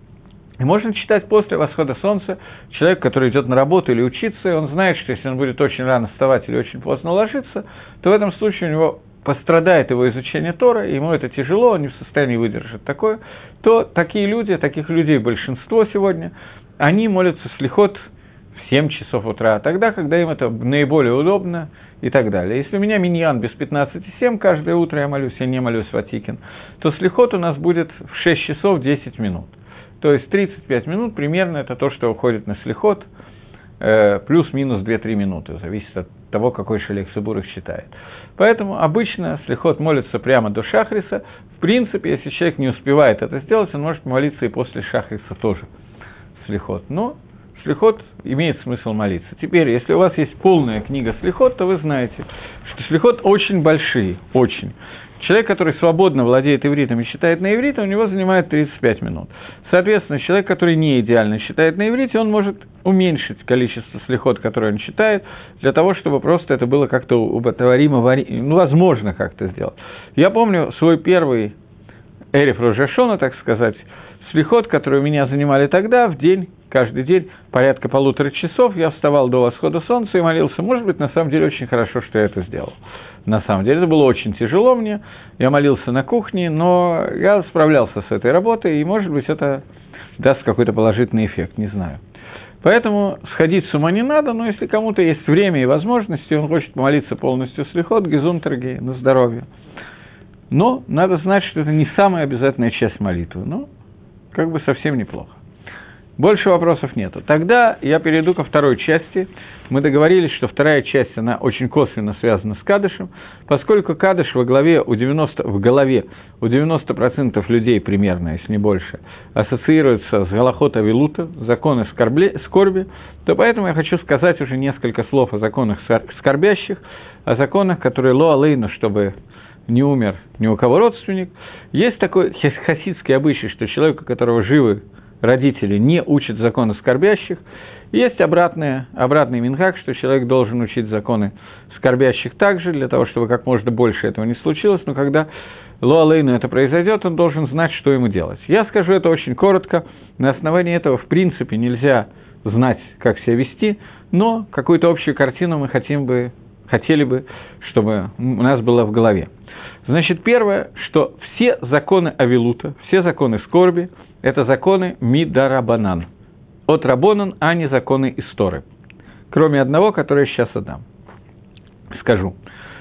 Speaker 1: И можно читать после восхода солнца. Человек, который идет на работу или учиться, и он знает, что если он будет очень рано вставать или очень поздно ложиться, то в этом случае у него пострадает его изучение Тора, и ему это тяжело, он не в состоянии выдержать такое, то такие люди, таких людей большинство сегодня, они молятся слихот в семь часов утра, тогда, когда им это наиболее удобно и так далее. Если у меня миньян без пятнадцати семь, каждое утро я молюсь, я не молюсь ватикин, то слихот у нас будет в шесть часов десять минут. То есть тридцать пять минут примерно это то, что уходит на слихот, э, плюс-минус две-три минуты, зависит от того, какой шалек Цибур их считает. Поэтому обычно слихот молится прямо до шахриса. В принципе, если человек не успевает это сделать, он может молиться и после шахриса тоже слихот. Но слихот имеет смысл молиться. Теперь, если у вас есть полная книга слихот, то вы знаете, что слихот очень большие, очень. Человек, который свободно владеет ивритом и читает на иврите, у него занимает тридцать пять минут. Соответственно, человек, который не идеально читает на иврите, он может уменьшить количество слихот, которое он читает, для того, чтобы просто это было как-то убатаваримо, ну, возможно как-то сделать. Я помню свой первый эрев Рош ха-Шана, так сказать, слихот, которые у меня занимали тогда, в день, каждый день, порядка полутора часов, я вставал до восхода солнца и молился. Может быть, на самом деле, очень хорошо, что я это сделал. На самом деле, это было очень тяжело мне, я молился на кухне, но я справлялся с этой работой, и, может быть, это даст какой-то положительный эффект, не знаю. Поэтому сходить с ума не надо, но если кому-то есть время и возможности, он хочет помолиться полностью слихот, гезунтергей, на здоровье. Но надо знать, что это не самая обязательная часть молитвы, ну, как бы совсем неплохо. Больше вопросов нету. Тогда я перейду ко второй части. Мы договорились, что вторая часть, она очень косвенно связана с Кадышем, поскольку Кадыш во главе у девяноста, в голове у девяноста процентов людей примерно, если не больше, ассоциируется с Галахот Авилута, законы скорби, скорби, то поэтому я хочу сказать уже несколько слов о законах скорбящих, о законах, которые ло алейну, чтобы не умер ни у кого родственник. Есть такой хасидский обычай, что человек, у которого живы родители, не учат законы скорбящих. Есть обратный, обратный минхаг, что человек должен учить законы скорбящих также, для того, чтобы как можно больше этого не случилось, но когда ло алейну это произойдет, он должен знать, что ему делать. Я скажу это очень коротко, на основании этого, в принципе, нельзя знать, как себя вести, но какую-то общую картину мы хотим бы, хотели бы, чтобы у нас было в голове. Значит, первое, что все законы Авилута, все законы скорби, это законы мидарабанан. От рабонан, а не законы из Торы. Кроме одного, который я сейчас отдам. Скажу.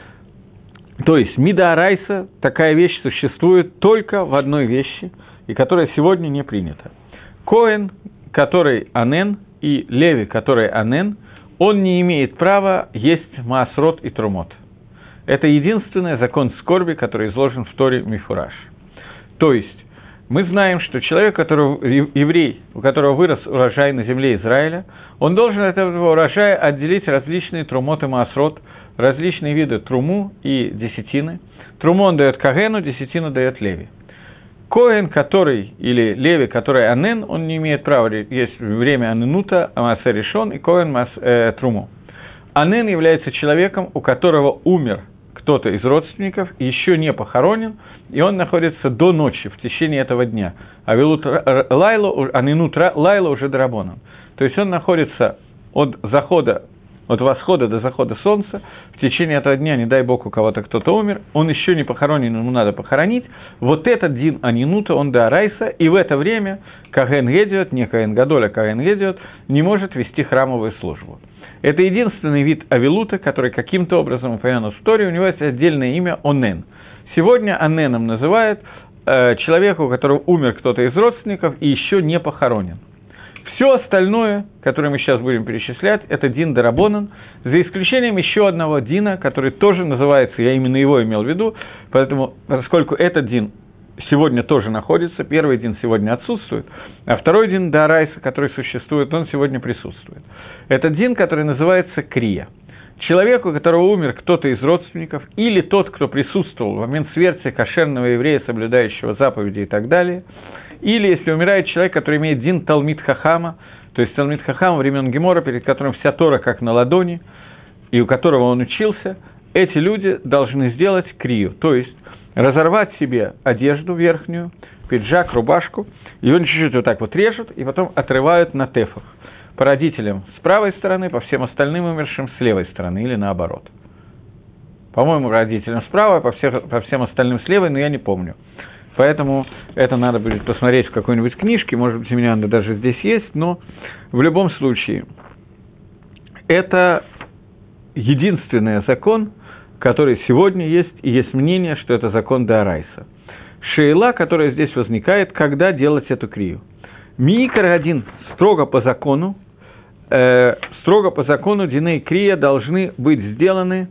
Speaker 1: То есть, мидаарайса, такая вещь существует только в одной вещи, и которая сегодня не принята. Коэн, который анен, и леви, который анен, он не имеет права есть маасрот и трумот. Это единственный закон скорби, который изложен в Торе Мифураж. То есть, мы знаем, что человек, которого, еврей, у которого вырос урожай на земле Израиля, он должен от этого урожая отделить различные трумот и маасрот, различные виды труму и десятины. Труму он дает Кагену, десятину дает Леви. Коэн, который, или Леви, который анен, он не имеет права, есть время аненута, амаасе решон, и Коэн мас, э, труму. Анен является человеком, у которого умер кто-то из родственников, еще не похоронен, и он находится до ночи, в течение этого дня. А Авилут Лайла, аненут Лайла уже дарабоном. То есть он находится от захода от восхода до захода солнца, в течение этого дня, не дай бог, у кого-то кто-то умер, он еще не похоронен, ему надо похоронить, вот этот дин анинута, он деорайса, и в это время Коэн Гедиот, не Коэн Гадоль, а Коэн Гедиот, не может вести храмовую службу. Это единственный вид авилута, который каким-то образом упомянут в Торе, у него есть отдельное имя Онен. Сегодня Оненом называют э, человека, у которого умер кто-то из родственников и еще не похоронен. Все остальное, которое мы сейчас будем перечислять, это дин дарабонан, за исключением еще одного дина, который тоже называется, я именно его имел в виду, поэтому, поскольку этот дин сегодня тоже находится, первый дин сегодня отсутствует, а второй дин дарайса, который существует, он сегодня присутствует. Это дин, который называется крия. Человек, у которого умер кто-то из родственников, или тот, кто присутствовал в момент смерти кошерного еврея, соблюдающего заповеди и так далее, или если умирает человек, который имеет дин Талмид Хахама, то есть Талмид Хахама времен Гемора, перед которым вся Тора как на ладони, и у которого он учился, эти люди должны сделать крию, то есть разорвать себе одежду верхнюю, пиджак, рубашку, и он чуть-чуть вот так вот режут, и потом отрывают на тефах. По родителям с правой стороны, по всем остальным умершим с левой стороны, или наоборот. По-моему, родителям справа, по, всех, по всем остальным с левой, но я не помню. Поэтому это надо будет посмотреть в какой-нибудь книжке, может быть, у меня она даже здесь есть, но в любом случае, это единственный закон, который сегодня есть, и есть мнение, что это закон деорайса. Шейла, которая здесь возникает, когда делать эту крию. Миикар один, строго по закону, э, строго по закону дины и крия должны быть сделаны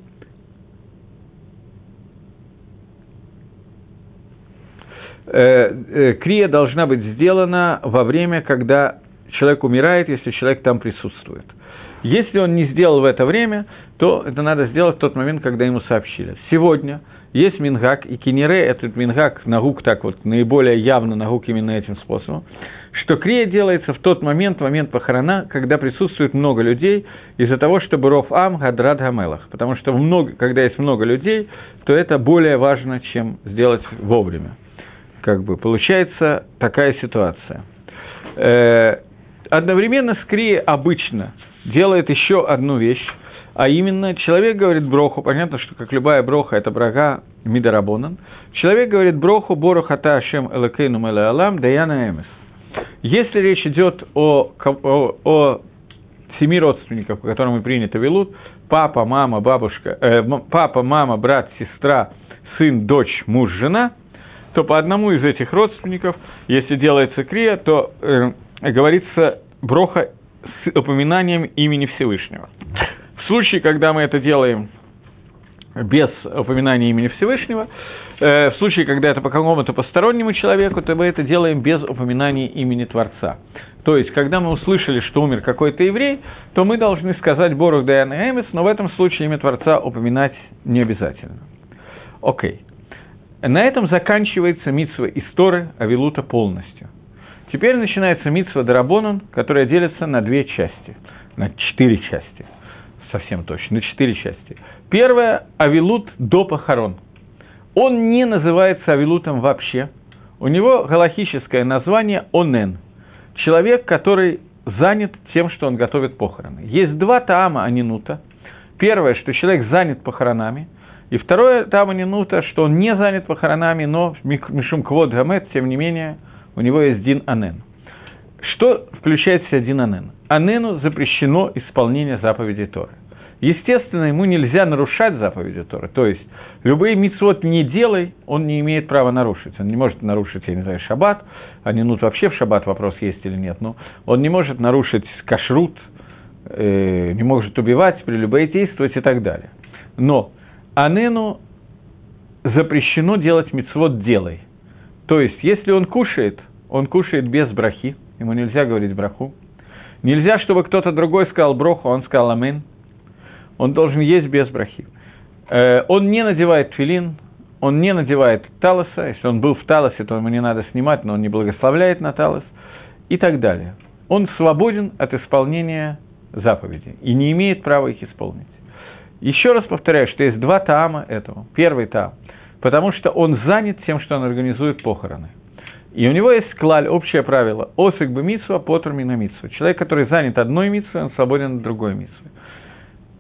Speaker 1: э, э, крия должна быть сделана во время, когда человек умирает, если человек там присутствует. Если он не сделал в это время, то это надо сделать в тот момент, когда ему сообщили. Сегодня есть мингак, и кинере, этот мингак, нагук так вот, наиболее явно нагук именно этим способом, что крия делается в тот момент, в момент похорона, когда присутствует много людей, из-за того, чтобы ров ам гадрад гамелах, потому что много, когда есть много людей, то это более важно, чем сделать вовремя. Как бы получается такая ситуация. Э, одновременно с крией обычно делает еще одну вещь, а именно человек говорит броху, понятно, что как любая броха, это брага мидарабонан, человек говорит броху борох ата ашем элокейну меле алам даяна эмес. Если речь идет о, о, о семи родственниках, по которым и принято велут, папа, мама, бабушка, э, папа, мама, брат, сестра, сын, дочь, муж, жена, то по одному из этих родственников, если делается крия, то э, говорится броха с упоминанием имени Всевышнего. В случае, когда мы это делаем без упоминания имени Всевышнего, э, в случае, когда это по какому-то постороннему человеку, то мы это делаем без упоминания имени Творца. То есть, когда мы услышали, что умер какой-то еврей, то мы должны сказать «Борух Даяна Эмес», но в этом случае имя Творца упоминать не обязательно. Окей. На этом заканчивается мицва из Торы Авилута полностью. Теперь начинается мицва дарабонан, которая делится на две части, на четыре части, совсем точно, на четыре части. Первое – авилут до похорон. Он не называется авилутом вообще. У него галахическое название онен. Человек, который занят тем, что он готовит похороны. Есть два таама анинута. Первое, что человек занят похоронами. И второе таама анинута, что он не занят похоронами, но мишум квод гамет, тем не менее, у него есть дин анен. Что включает в себя дин анен? Анену запрещено исполнение заповедей Торы. Естественно, ему нельзя нарушать заповеди Торы. То есть, любые мицвот не делай, он не имеет права нарушить. Он не может нарушить, я не знаю, шаббат, а не нут вообще в шаббат вопрос есть или нет. Но он не может нарушить кашрут, э, не может убивать, прелюбодействовать и так далее. Но анену запрещено делать мицвот делай. То есть, если он кушает, он кушает без брахи, ему нельзя говорить браху. Нельзя, чтобы кто-то другой сказал броху, он сказал амен. Он должен есть без брахи. Э, он не надевает тфилин, он не надевает талоса. Если он был в талосе, то ему не надо снимать, но он не благословляет на талос. И так далее. Он свободен от исполнения заповедей и не имеет права их исполнить. Еще раз повторяю, что есть два таама этого. Первый таам, потому что он занят тем, что он организует похороны. И у него есть клаль, общее правило. Осик бы митсва, потр мина митсва. Человек, который занят одной митсвой, он свободен от другой митсвы.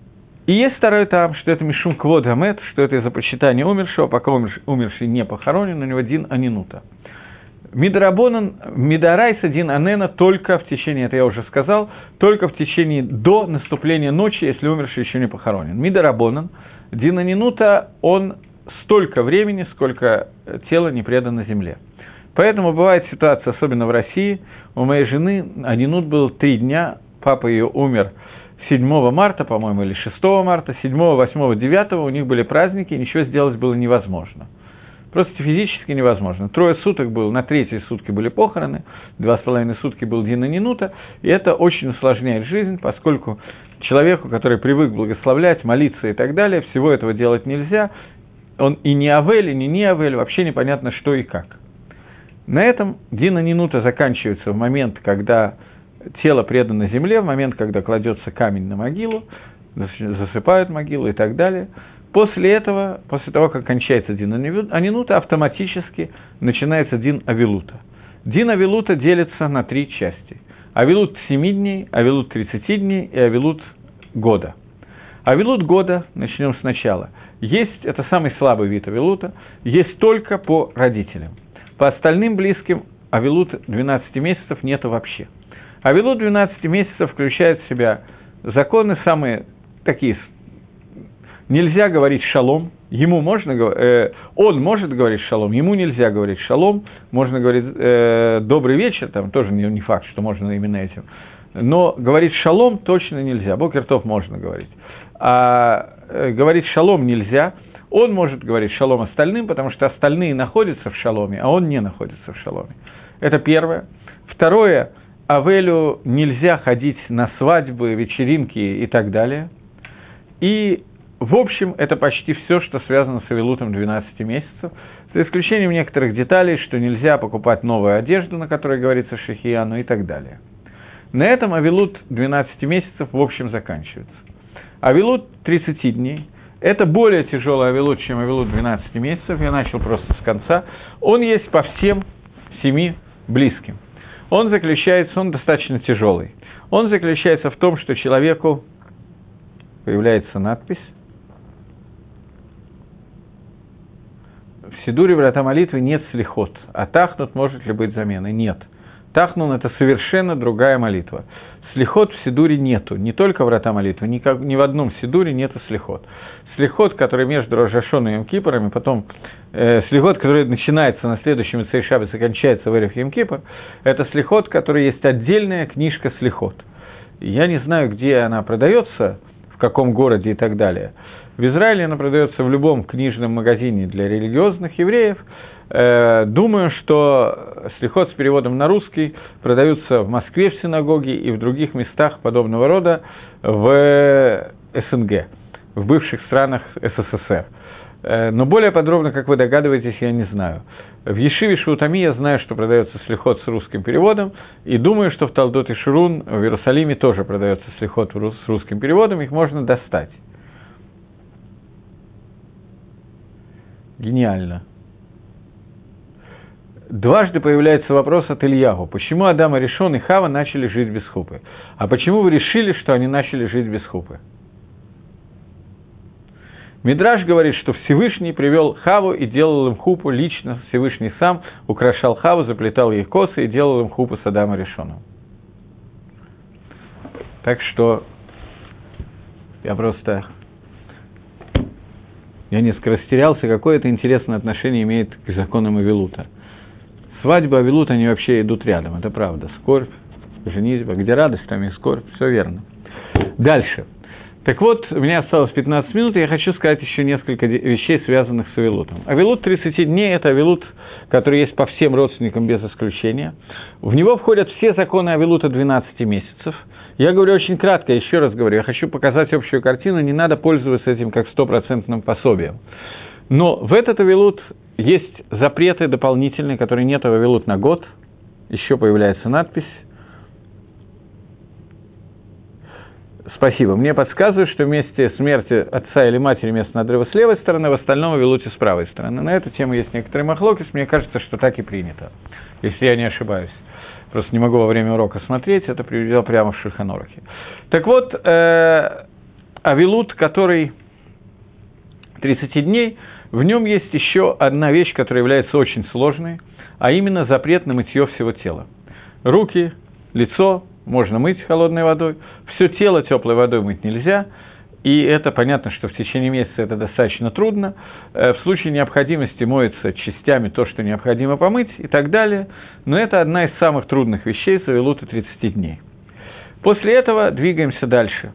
Speaker 1: И есть второй там, что это Мишум Квод Гамет, что это из-за почитания умершего, пока умерший не похоронен, у него Дин Анинута. Мидарабонан, Мидарайса Дин Анена только в течение, это я уже сказал, только в течение до наступления ночи, если умерший еще не похоронен. Мидарабонан, Дин Анинута, он столько времени, сколько тело не предано земле. Поэтому бывает ситуация, особенно в России, у моей жены Анинут был три дня, папа ее умер седьмого марта, по-моему, или шестого марта, седьмого, восьмого, девятого, у них были праздники, ничего сделать было невозможно. Просто физически невозможно. Трое суток был, на третьей сутки были похороны, два с половиной сутки был Дин Анинута, и это очень усложняет жизнь, поскольку человеку, который привык благословлять, молиться и так далее, всего этого делать нельзя, он и не авель, и не не авель, вообще непонятно что и как. На этом Дин Анинута заканчивается в момент, когда тело предано земле, в момент, когда кладется камень на могилу, засыпают могилу и так далее. После этого, после того, как кончается Дин Анинута, автоматически начинается Дин Авилута. Дин Авилута делится на три части. Авилут семи дней, Авилут тридцати дней и Авилут года. Авилут года, начнем сначала. Есть, это самый слабый вид Авилута, есть только по родителям. По остальным близким Авилут двенадцати месяцев нету вообще. Авилут двенадцати месяцев включает в себя законы самые такие. Нельзя говорить шалом, ему можно, э, он может говорить шалом, ему нельзя говорить шалом, можно говорить э, добрый вечер, там тоже не, не факт, что можно именно этим, но говорить шалом точно нельзя, бокер тов можно говорить, а э, говорить шалом нельзя, он может говорить шалом остальным, потому что остальные находятся в шаломе, а он не находится в шаломе. Это первое. Второе, авелю нельзя ходить на свадьбы, вечеринки и так далее. И в общем, это почти все, что связано с Авилутом двенадцати месяцев, за исключением некоторых деталей, что нельзя покупать новую одежду, на которой говорится шехияну и так далее. На этом Авилут двенадцати месяцев в общем заканчивается. Авилут тридцати дней – это более тяжелый Авилут, чем Авилут двенадцати месяцев, я начал просто с конца. Он есть по всем семи близким. Он заключается, он достаточно тяжелый. Он заключается в том, что человеку появляется надпись. В Сидуре врата молитвы нет слихот, а тахнут может ли быть заменой? Нет. Тахнун – это совершенно другая молитва. Слихот в Сидуре нету, не только врата молитвы, ни, как, ни в одном Сидуре нету слихот. Слихот, который между Рош ха-Шана и Йом-Кипуром, потом э, слихот, который начинается на следующем Мицей Шаббат и кончается в Эрев Йом-Кипур, это слихот, который есть отдельная книжка слихот. Я не знаю, где она продается, в каком городе и так далее. В Израиле она продается в любом книжном магазине для религиозных евреев. Э, думаю, что слихот с переводом на русский продаются в Москве в синагоге и в других местах подобного рода в СНГ, в бывших странах СССР. Э, но более подробно, как вы догадываетесь, я не знаю. В Ешиве Шаутами я знаю, что продается слихот с русским переводом, и думаю, что в Талдот и Шурун в Иерусалиме тоже продается слихот с русским переводом, их можно достать. Гениально. Дважды появляется вопрос от Ильягу. Почему Адам Аришон и Хава начали жить без хупы? А почему вы решили, что они начали жить без хупы? Мидраш говорит, что Всевышний привел Хаву и делал им хупу лично. Всевышний сам украшал Хаву, заплетал ей косы и делал им хупу с Адамом Аришоном. Так что я просто... Я несколько растерялся, какое это интересное отношение имеет к законам Авилута. Свадьба, Авилут, они вообще идут рядом, это правда. Скорбь, женитьба, где радость, там и скорбь, все верно. Дальше. Так вот, у меня осталось пятнадцать минут, и я хочу сказать еще несколько вещей, связанных с Авилутом. Авилут тридцати дней – это Авилут, который есть по всем родственникам без исключения. В него входят все законы Авилута двенадцати месяцев. Я говорю очень кратко, еще раз говорю, я хочу показать общую картину, не надо пользоваться этим как стопроцентным пособием. Но в этот Авилут есть запреты дополнительные, которые нет в Авилут на год. Еще появляется надпись. Спасибо. Мне подсказывают, что вместе смерти отца или матери место надрыва с левой стороны, в остальном Авилуте с правой стороны. На эту тему есть некоторые махлокис, мне кажется, что так и принято, если я не ошибаюсь. Просто не могу во время урока смотреть, это приведено прямо в Шульхан Арухе. Так вот, э, авилут, который тридцать дней, в нем есть еще одна вещь, которая является очень сложной, а именно запрет на мытье всего тела. Руки, лицо можно мыть холодной водой, все тело теплой водой мыть нельзя, и это понятно, что в течение месяца это достаточно трудно. В случае необходимости моется частями то, что необходимо помыть и так далее, но это одна из самых трудных вещей за авилута тридцать дней. После этого двигаемся дальше.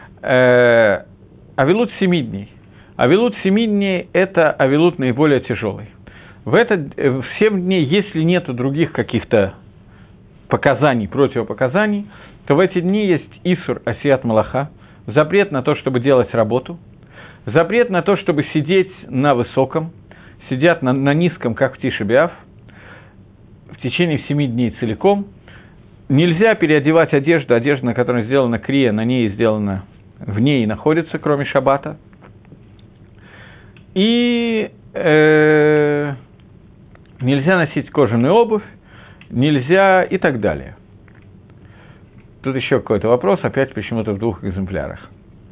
Speaker 1: Авилут семи дней. Авилут семи дней – это авилут наиболее тяжелый. В, этот, в семь дней, если нет других каких-то показаний, противопоказаний, то в эти дни есть исур асият малаха, запрет на то, чтобы делать работу, запрет на то, чтобы сидеть на высоком, сидят на, на низком, как в Тиша б'Ав, в течение семи дней целиком. Нельзя переодевать одежду, одежда, на которой сделана крия, на ней сделана, в ней находится, кроме шаббата. И э, нельзя носить кожаную обувь, нельзя и так далее. Тут еще какой-то вопрос, опять почему-то в двух экземплярах.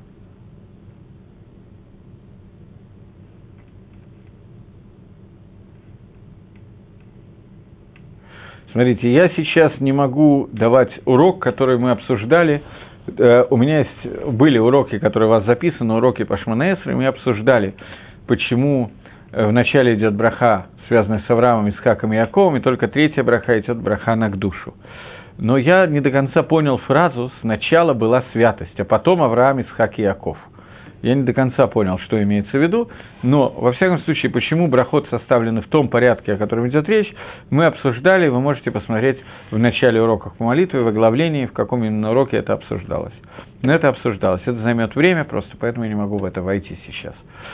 Speaker 1: Смотрите, я сейчас не могу давать урок, который мы обсуждали. У меня есть, были уроки, которые у вас записаны, уроки по Шмона Эсрей, мы обсуждали, почему вначале идет браха, связанная с Авраамом, Исхаком и Яковом, и только третья браха идет браха на Кдушу. Но я не до конца понял фразу «сначала была святость, а потом Авраам, Исхак и Яков». Я не до конца понял, что имеется в виду, но, во всяком случае, почему брахот составлены в том порядке, о котором идет речь, мы обсуждали, вы можете посмотреть в начале уроков по молитве, в оглавлении, в каком именно уроке это обсуждалось. Но это обсуждалось, это займет время просто, поэтому я не могу в это войти сейчас.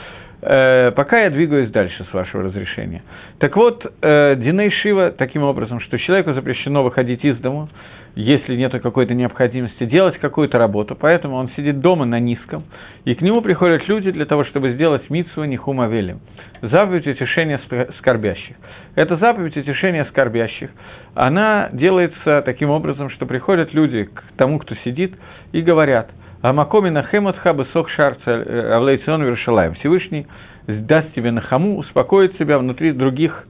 Speaker 1: Э, пока я двигаюсь дальше, с вашего разрешения. Так вот, э, Диней Шива таким образом, что человеку запрещено выходить из дому, если нет какой-то необходимости делать какую-то работу, поэтому он сидит дома на низком, и к нему приходят люди для того, чтобы сделать мицву нихум авелим, заповедь утешения скорбящих. Эта заповедь утешения скорбящих, она делается таким образом, что приходят люди к тому, кто сидит, и говорят: «Амакоми нахематха бесох шарца авлейцион Иерушалаим». Всевышний даст тебе нахаму, успокоит тебя внутри других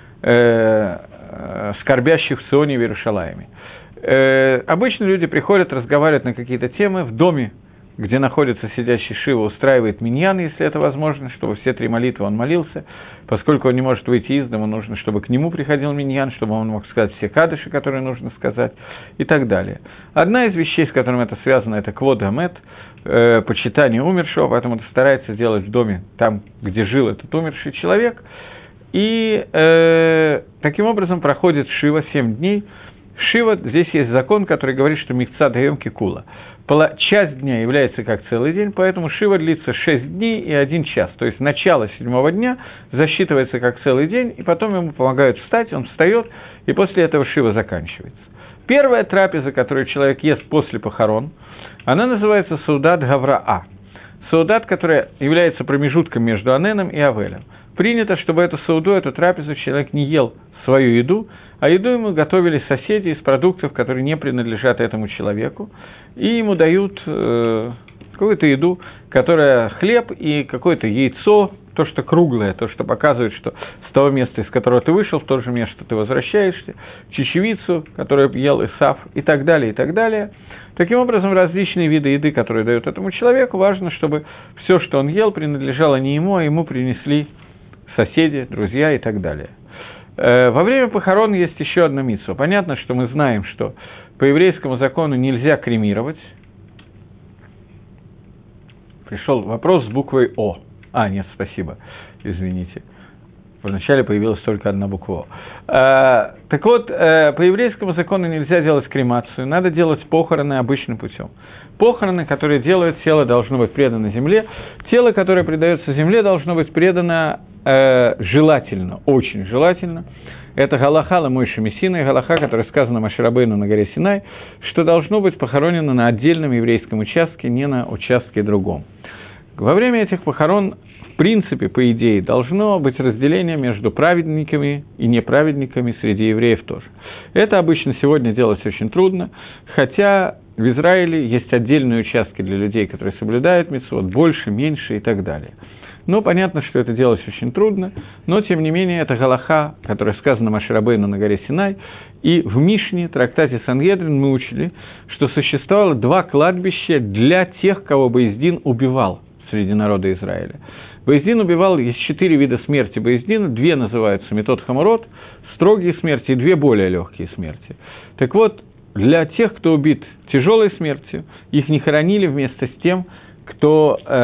Speaker 1: э, э, скорбящих в Сионе в Иерушалаиме. Э, обычно люди приходят, разговаривают на какие-то темы в доме, где находится сидящий Шива, устраивает миньян, если это возможно, чтобы все три молитвы он молился. Поскольку он не может выйти из дома, нужно, чтобы к нему приходил миньян, чтобы он мог сказать все кадыши, которые нужно сказать, и так далее. Одна из вещей, с которыми это связано, это квод амет, э, почитание умершего, поэтому это старается делать в доме, там, где жил этот умерший человек. И э, таким образом проходит Шива семь дней. Шива, здесь есть закон, который говорит, что микца даем кикула. Часть дня является как целый день, поэтому Шива длится шесть дней и один час. То есть начало седьмого дня засчитывается как целый день, и потом ему помогают встать, он встает, и после этого Шива заканчивается. Первая трапеза, которую человек ест после похорон, она называется Саудат Гавраа. Саудат, которая является промежутком между Аненом и Авелем. Принято, чтобы эту сауду, эту трапезу человек не ел свою еду, а еду ему готовили соседи из продуктов, которые не принадлежат этому человеку, и ему дают э, какую-то еду, которая хлеб и какое-то яйцо, то, что круглое, то, что показывает, что с того места, из которого ты вышел, в то же место ты возвращаешься, чечевицу, которую ел Исав, и так далее, и так далее. Таким образом, различные виды еды, которые дают этому человеку, важно, чтобы все, что он ел, принадлежало не ему, а ему принесли соседи, друзья и так далее. Во время похорон есть еще одна мицва. Понятно, что мы знаем, что по еврейскому закону нельзя кремировать. Пришел вопрос с буквой О. А, нет, спасибо, извините. Вначале появилась только одна буква О. А, так вот, по еврейскому закону нельзя делать кремацию, надо делать похороны обычным путем. Похороны, которые делают, тело должно быть предано земле. Тело, которое предается земле, должно быть предано э, желательно, очень желательно. Это галаха Ламойши Мессина, и галаха, которая сказана Моше Рабейну на горе Синай, что должно быть похоронено на отдельном еврейском участке, не на участке другом. Во время этих похорон, в принципе, по идее, должно быть разделение между праведниками и неправедниками среди евреев тоже. Это обычно сегодня делать очень трудно, хотя в Израиле есть отдельные участки для людей, которые соблюдают мицвот, больше, меньше и так далее. Ну, понятно, что это делать очень трудно, но, тем не менее, это галаха, которая сказана Моше Рабейну на горе Синай, и в Мишне, трактате Сангедрин, мы учили, что существовало два кладбища для тех, кого Бейз-Дин убивал среди народа Израиля. Бейз-Дин убивал, есть четыре вида смерти Бейз-Дина, две называются метод хамурот, строгие смерти, и две более легкие смерти. Так вот, для тех, кто убит тяжелой смертью, их не хоронили вместе с тем, кто э,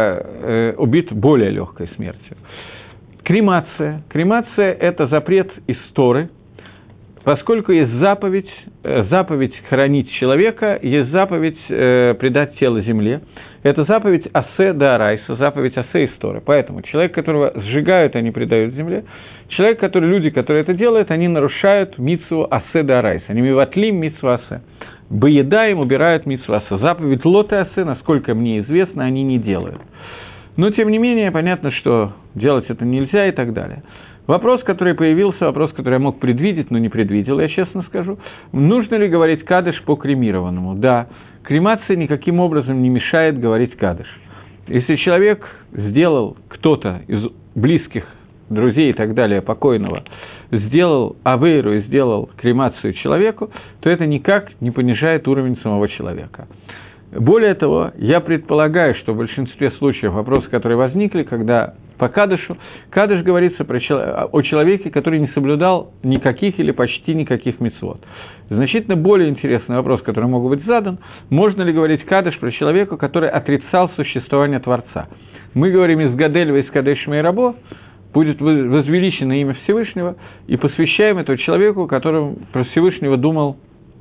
Speaker 1: э, убит более легкой смертью. Кремация. Кремация – это запрет из Торы, поскольку есть заповедь, э, заповедь хоронить человека, есть заповедь э, предать тело земле. Это заповедь Асе да Арайса, заповедь Асе из Торы. Поэтому человек, которого сжигают, они предают земле. Человек, который, люди, которые это делают, они нарушают мицву Асе да Арайса. Они миватлим мицву Асе. Беедаем убирают мицву Асе. Заповедь Лота Асе, насколько мне известно, они не делают. Но, тем не менее, понятно, что делать это нельзя и так далее. Вопрос, который появился, вопрос, который я мог предвидеть, но не предвидел, я честно скажу. Нужно ли говорить кадыш по кремированному? Да, кремация никаким образом не мешает говорить кадыш. Если человек сделал, кто-то из близких друзей и так далее покойного, сделал авейру и сделал кремацию человеку, то это никак не понижает уровень самого человека. Более того, я предполагаю, что в большинстве случаев вопросы, которые возникли, когда по кадышу, кадыш говорится про, о человеке, который не соблюдал никаких или почти никаких мицвот. Значительно более интересный вопрос, который мог быть задан, можно ли говорить кадыш про человека, который отрицал существование Творца. Мы говорим из Гадельва, из Кадеш Мейрабо, будет возвеличено имя Всевышнего, и посвящаем этого человеку, который про Всевышнего думал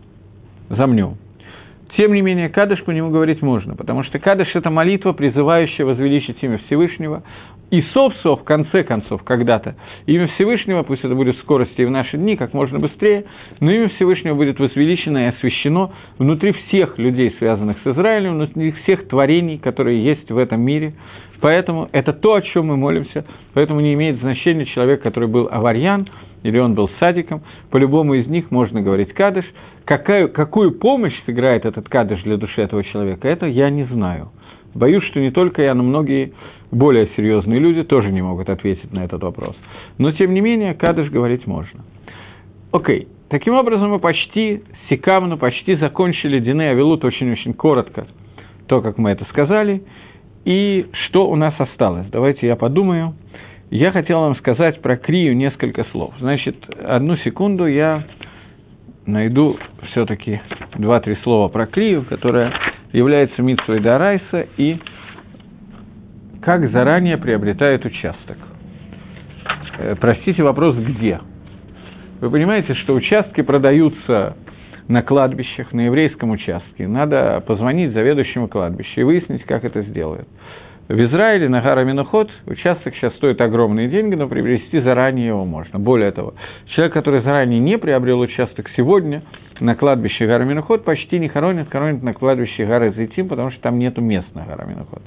Speaker 1: замнем. Тем не менее, кадыш по нему говорить можно, потому что кадыш – это молитва, призывающая возвеличить имя Всевышнего, и сов-сов, в конце концов, когда-то, имя Всевышнего, пусть это будет в скорости и в наши дни, как можно быстрее, но имя Всевышнего будет возвеличено и освящено внутри всех людей, связанных с Израилем, внутри всех творений, которые есть в этом мире. Поэтому это то, о чем мы молимся, поэтому не имеет значения человек, который был аварьян, или он был садиком, по-любому из них можно говорить кадыш. Какая, какую помощь сыграет этот кадыш для души этого человека, это я не знаю. Боюсь, что не только я, но многие более серьезные люди тоже не могут ответить на этот вопрос. Но, тем не менее, кадыш говорить можно. Окей. Таким образом, мы почти сикамну, почти закончили Диней Авилут очень-очень коротко, то, как мы это сказали. И что у нас осталось? Давайте я подумаю. Я хотел вам сказать про крию несколько слов. Значит, одну секунду я найду все-таки два-три слова про крию, которая является мицвой д'орайса и как заранее приобретает участок. Э, простите, вопрос где? Вы понимаете, что участки продаются на кладбищах, на еврейском участке. Надо позвонить заведующему кладбищу и выяснить, как это сделают. В Израиле на Гар ха-Менухот участок сейчас стоит огромные деньги, но приобрести заранее его можно. Более того, человек, который заранее не приобрел участок сегодня, на кладбище Гар ха-Менухот почти не хоронят, хоронят на кладбище Гар ха-Зейтим, потому что там нету мест на Гар ха-Менухот.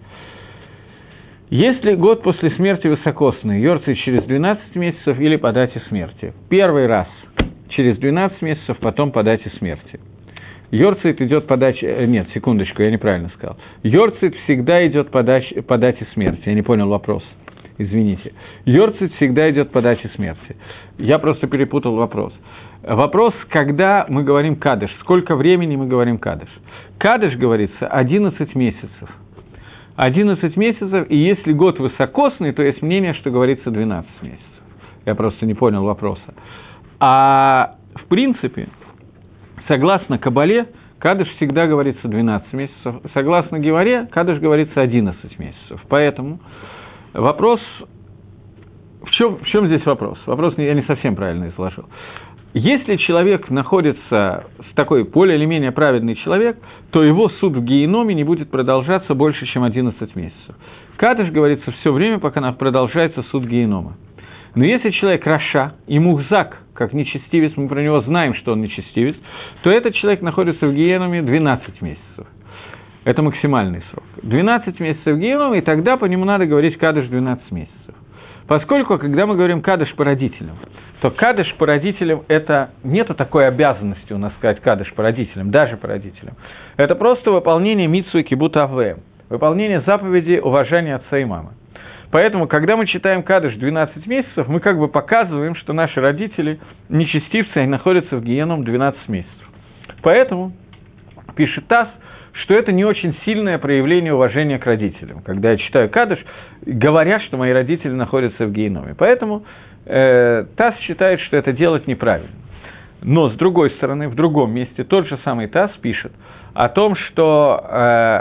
Speaker 1: Если год после смерти высокосный, йорцит через двенадцать месяцев или по дате смерти. Первый раз через двенадцать месяцев, потом по дате смерти. Йорцит идет по дате... Нет, секундочку, я неправильно сказал. Йорцит всегда идет по, дач... по дате смерти. Я не понял вопрос. Извините. Йорцит всегда идет по дате смерти. Я просто перепутал вопрос. Вопрос, когда мы говорим кадыш. Сколько времени мы говорим кадыш? Кадыш говорится одиннадцать месяцев. одиннадцать месяцев, и если год высокосный, то есть мнение, что говорится двенадцать месяцев. Я просто не понял вопроса. А в принципе... Согласно Кабале, кадыш всегда говорится двенадцать месяцев. Согласно Геваре, кадыш говорится одиннадцать месяцев. Поэтому вопрос... В чем, в чем здесь вопрос? Вопрос я не совсем правильно изложил. Если человек находится, с такой более или менее праведный человек, то его суд в гееноме не будет продолжаться больше, чем одиннадцать месяцев. Кадыш говорится все время, пока продолжается суд геенома. Но если человек раша и мухзак, как нечестивец, мы про него знаем, что он нечестивец, то этот человек находится в гееноме двенадцать месяцев. Это максимальный срок. двенадцать месяцев в гееноме, и тогда по нему надо говорить кадыш двенадцать месяцев. Поскольку, когда мы говорим кадыш по родителям, то кадыш по родителям – это нету такой обязанности у нас сказать кадыш по родителям, даже по родителям. Это просто выполнение мицвы кибут авеем, выполнение заповеди уважения отца и мамы. Поэтому, когда мы читаем кадыш двенадцать месяцев, мы как бы показываем, что наши родители нечестивцы, они находятся в геном двенадцать месяцев. Поэтому пишет Таз, что это не очень сильное проявление уважения к родителям, когда я читаю кадыш, говоря, что мои родители находятся в геноме. Поэтому э, Таз считает, что это делать неправильно. Но, с другой стороны, в другом месте тот же самый Таз пишет о том, что э,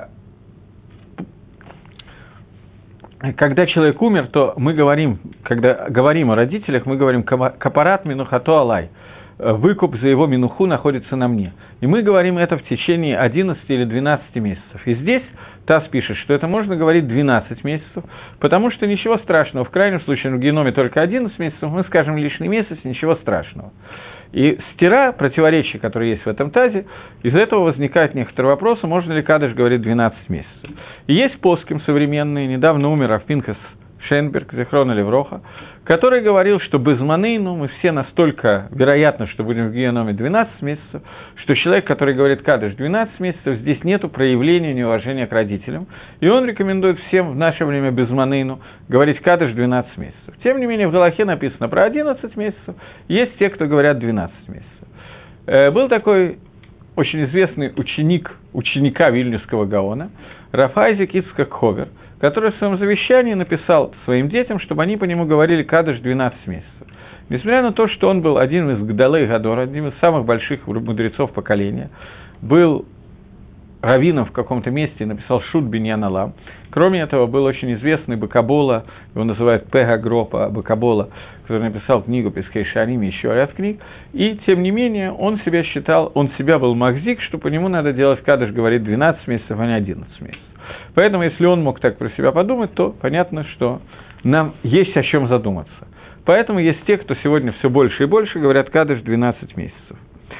Speaker 1: когда человек умер, то мы говорим, когда говорим о родителях, мы говорим «капарат минухато алай», выкуп за его минуху находится на мне. И мы говорим это в течение одиннадцати или двенадцати месяцев. И здесь Таз пишет, что это можно говорить двенадцать месяцев, потому что ничего страшного. В крайнем случае, в геноме только одиннадцать месяцев, мы скажем лишний месяц, ничего страшного. И стира противоречия, которые есть в этом Тазе, из этого возникает некоторые вопросы, можно ли кадыш говорить двенадцать месяцев. И есть поским современные, недавно умер Равпинхас Шенберг, Зихрона Левроха, который говорил, что без манейну мы все настолько вероятно, что будем в геноме двенадцать месяцев, что человек, который говорит кадыш двенадцать месяцев, здесь нет проявления неуважения к родителям. И он рекомендует всем в наше время без манейну говорить кадыш двенадцать месяцев. Тем не менее, в Галахе написано про одиннадцать месяцев, есть те, кто говорят двенадцать месяцев. Э, был такой очень известный ученик, ученика Вильнюсского Гаона, Рав Айзек Ицхак Ховер, который в своем завещании написал своим детям, чтобы они по нему говорили кадыш двенадцать месяцев. Несмотря на то, что он был один из Гдалей Гадор, одним из самых больших мудрецов поколения, был раввином в каком-то месте и написал Шут Биньян Алам. Кроме этого, был очень известный Бакабола, его называют Пега Гропа Бакабола, который написал книгу Пескей Шарим и еще ряд книг. И, тем не менее, он себя считал, он себя был махзик, что по нему надо делать кадыш, говорит, двенадцать месяцев, а не одиннадцать месяцев. Поэтому, если он мог так про себя подумать, то понятно, что нам есть о чем задуматься. Поэтому есть те, кто сегодня все больше и больше говорят кадыш двенадцать месяцев.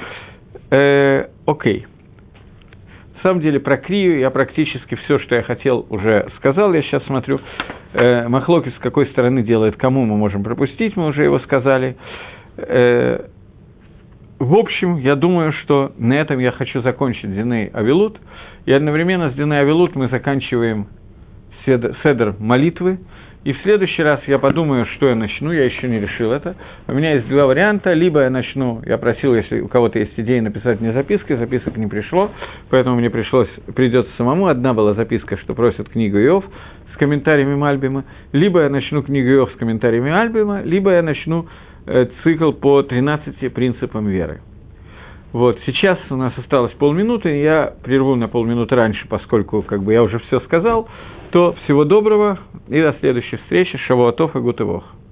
Speaker 1: Э, окей. На самом деле, про крию я практически все, что я хотел, уже сказал. Я сейчас смотрю, э, Махлокис с какой стороны делает, кому мы можем пропустить, мы уже его сказали. Э, в общем, я думаю, что на этом я хочу закончить Диней Авилут. И одновременно с Диней Авилут мы заканчиваем седер молитвы. И в следующий раз я подумаю, что я начну, я еще не решил это. У меня есть два варианта. Либо я начну, я просил, если у кого-то есть идеи, написать мне записки, записок не пришло, поэтому мне пришлось, придется самому. Одна была записка, что просят книгу Иов с комментариями Мальбима. Либо я начну книгу Иов с комментариями Мальбима, либо я начну э, цикл по тринадцати принципам веры. Вот, сейчас у нас осталось полминуты, я прерву на полминуты раньше, поскольку как бы я уже все сказал, то всего доброго и до следующей встречи. Шавуа Тов и Гутывох.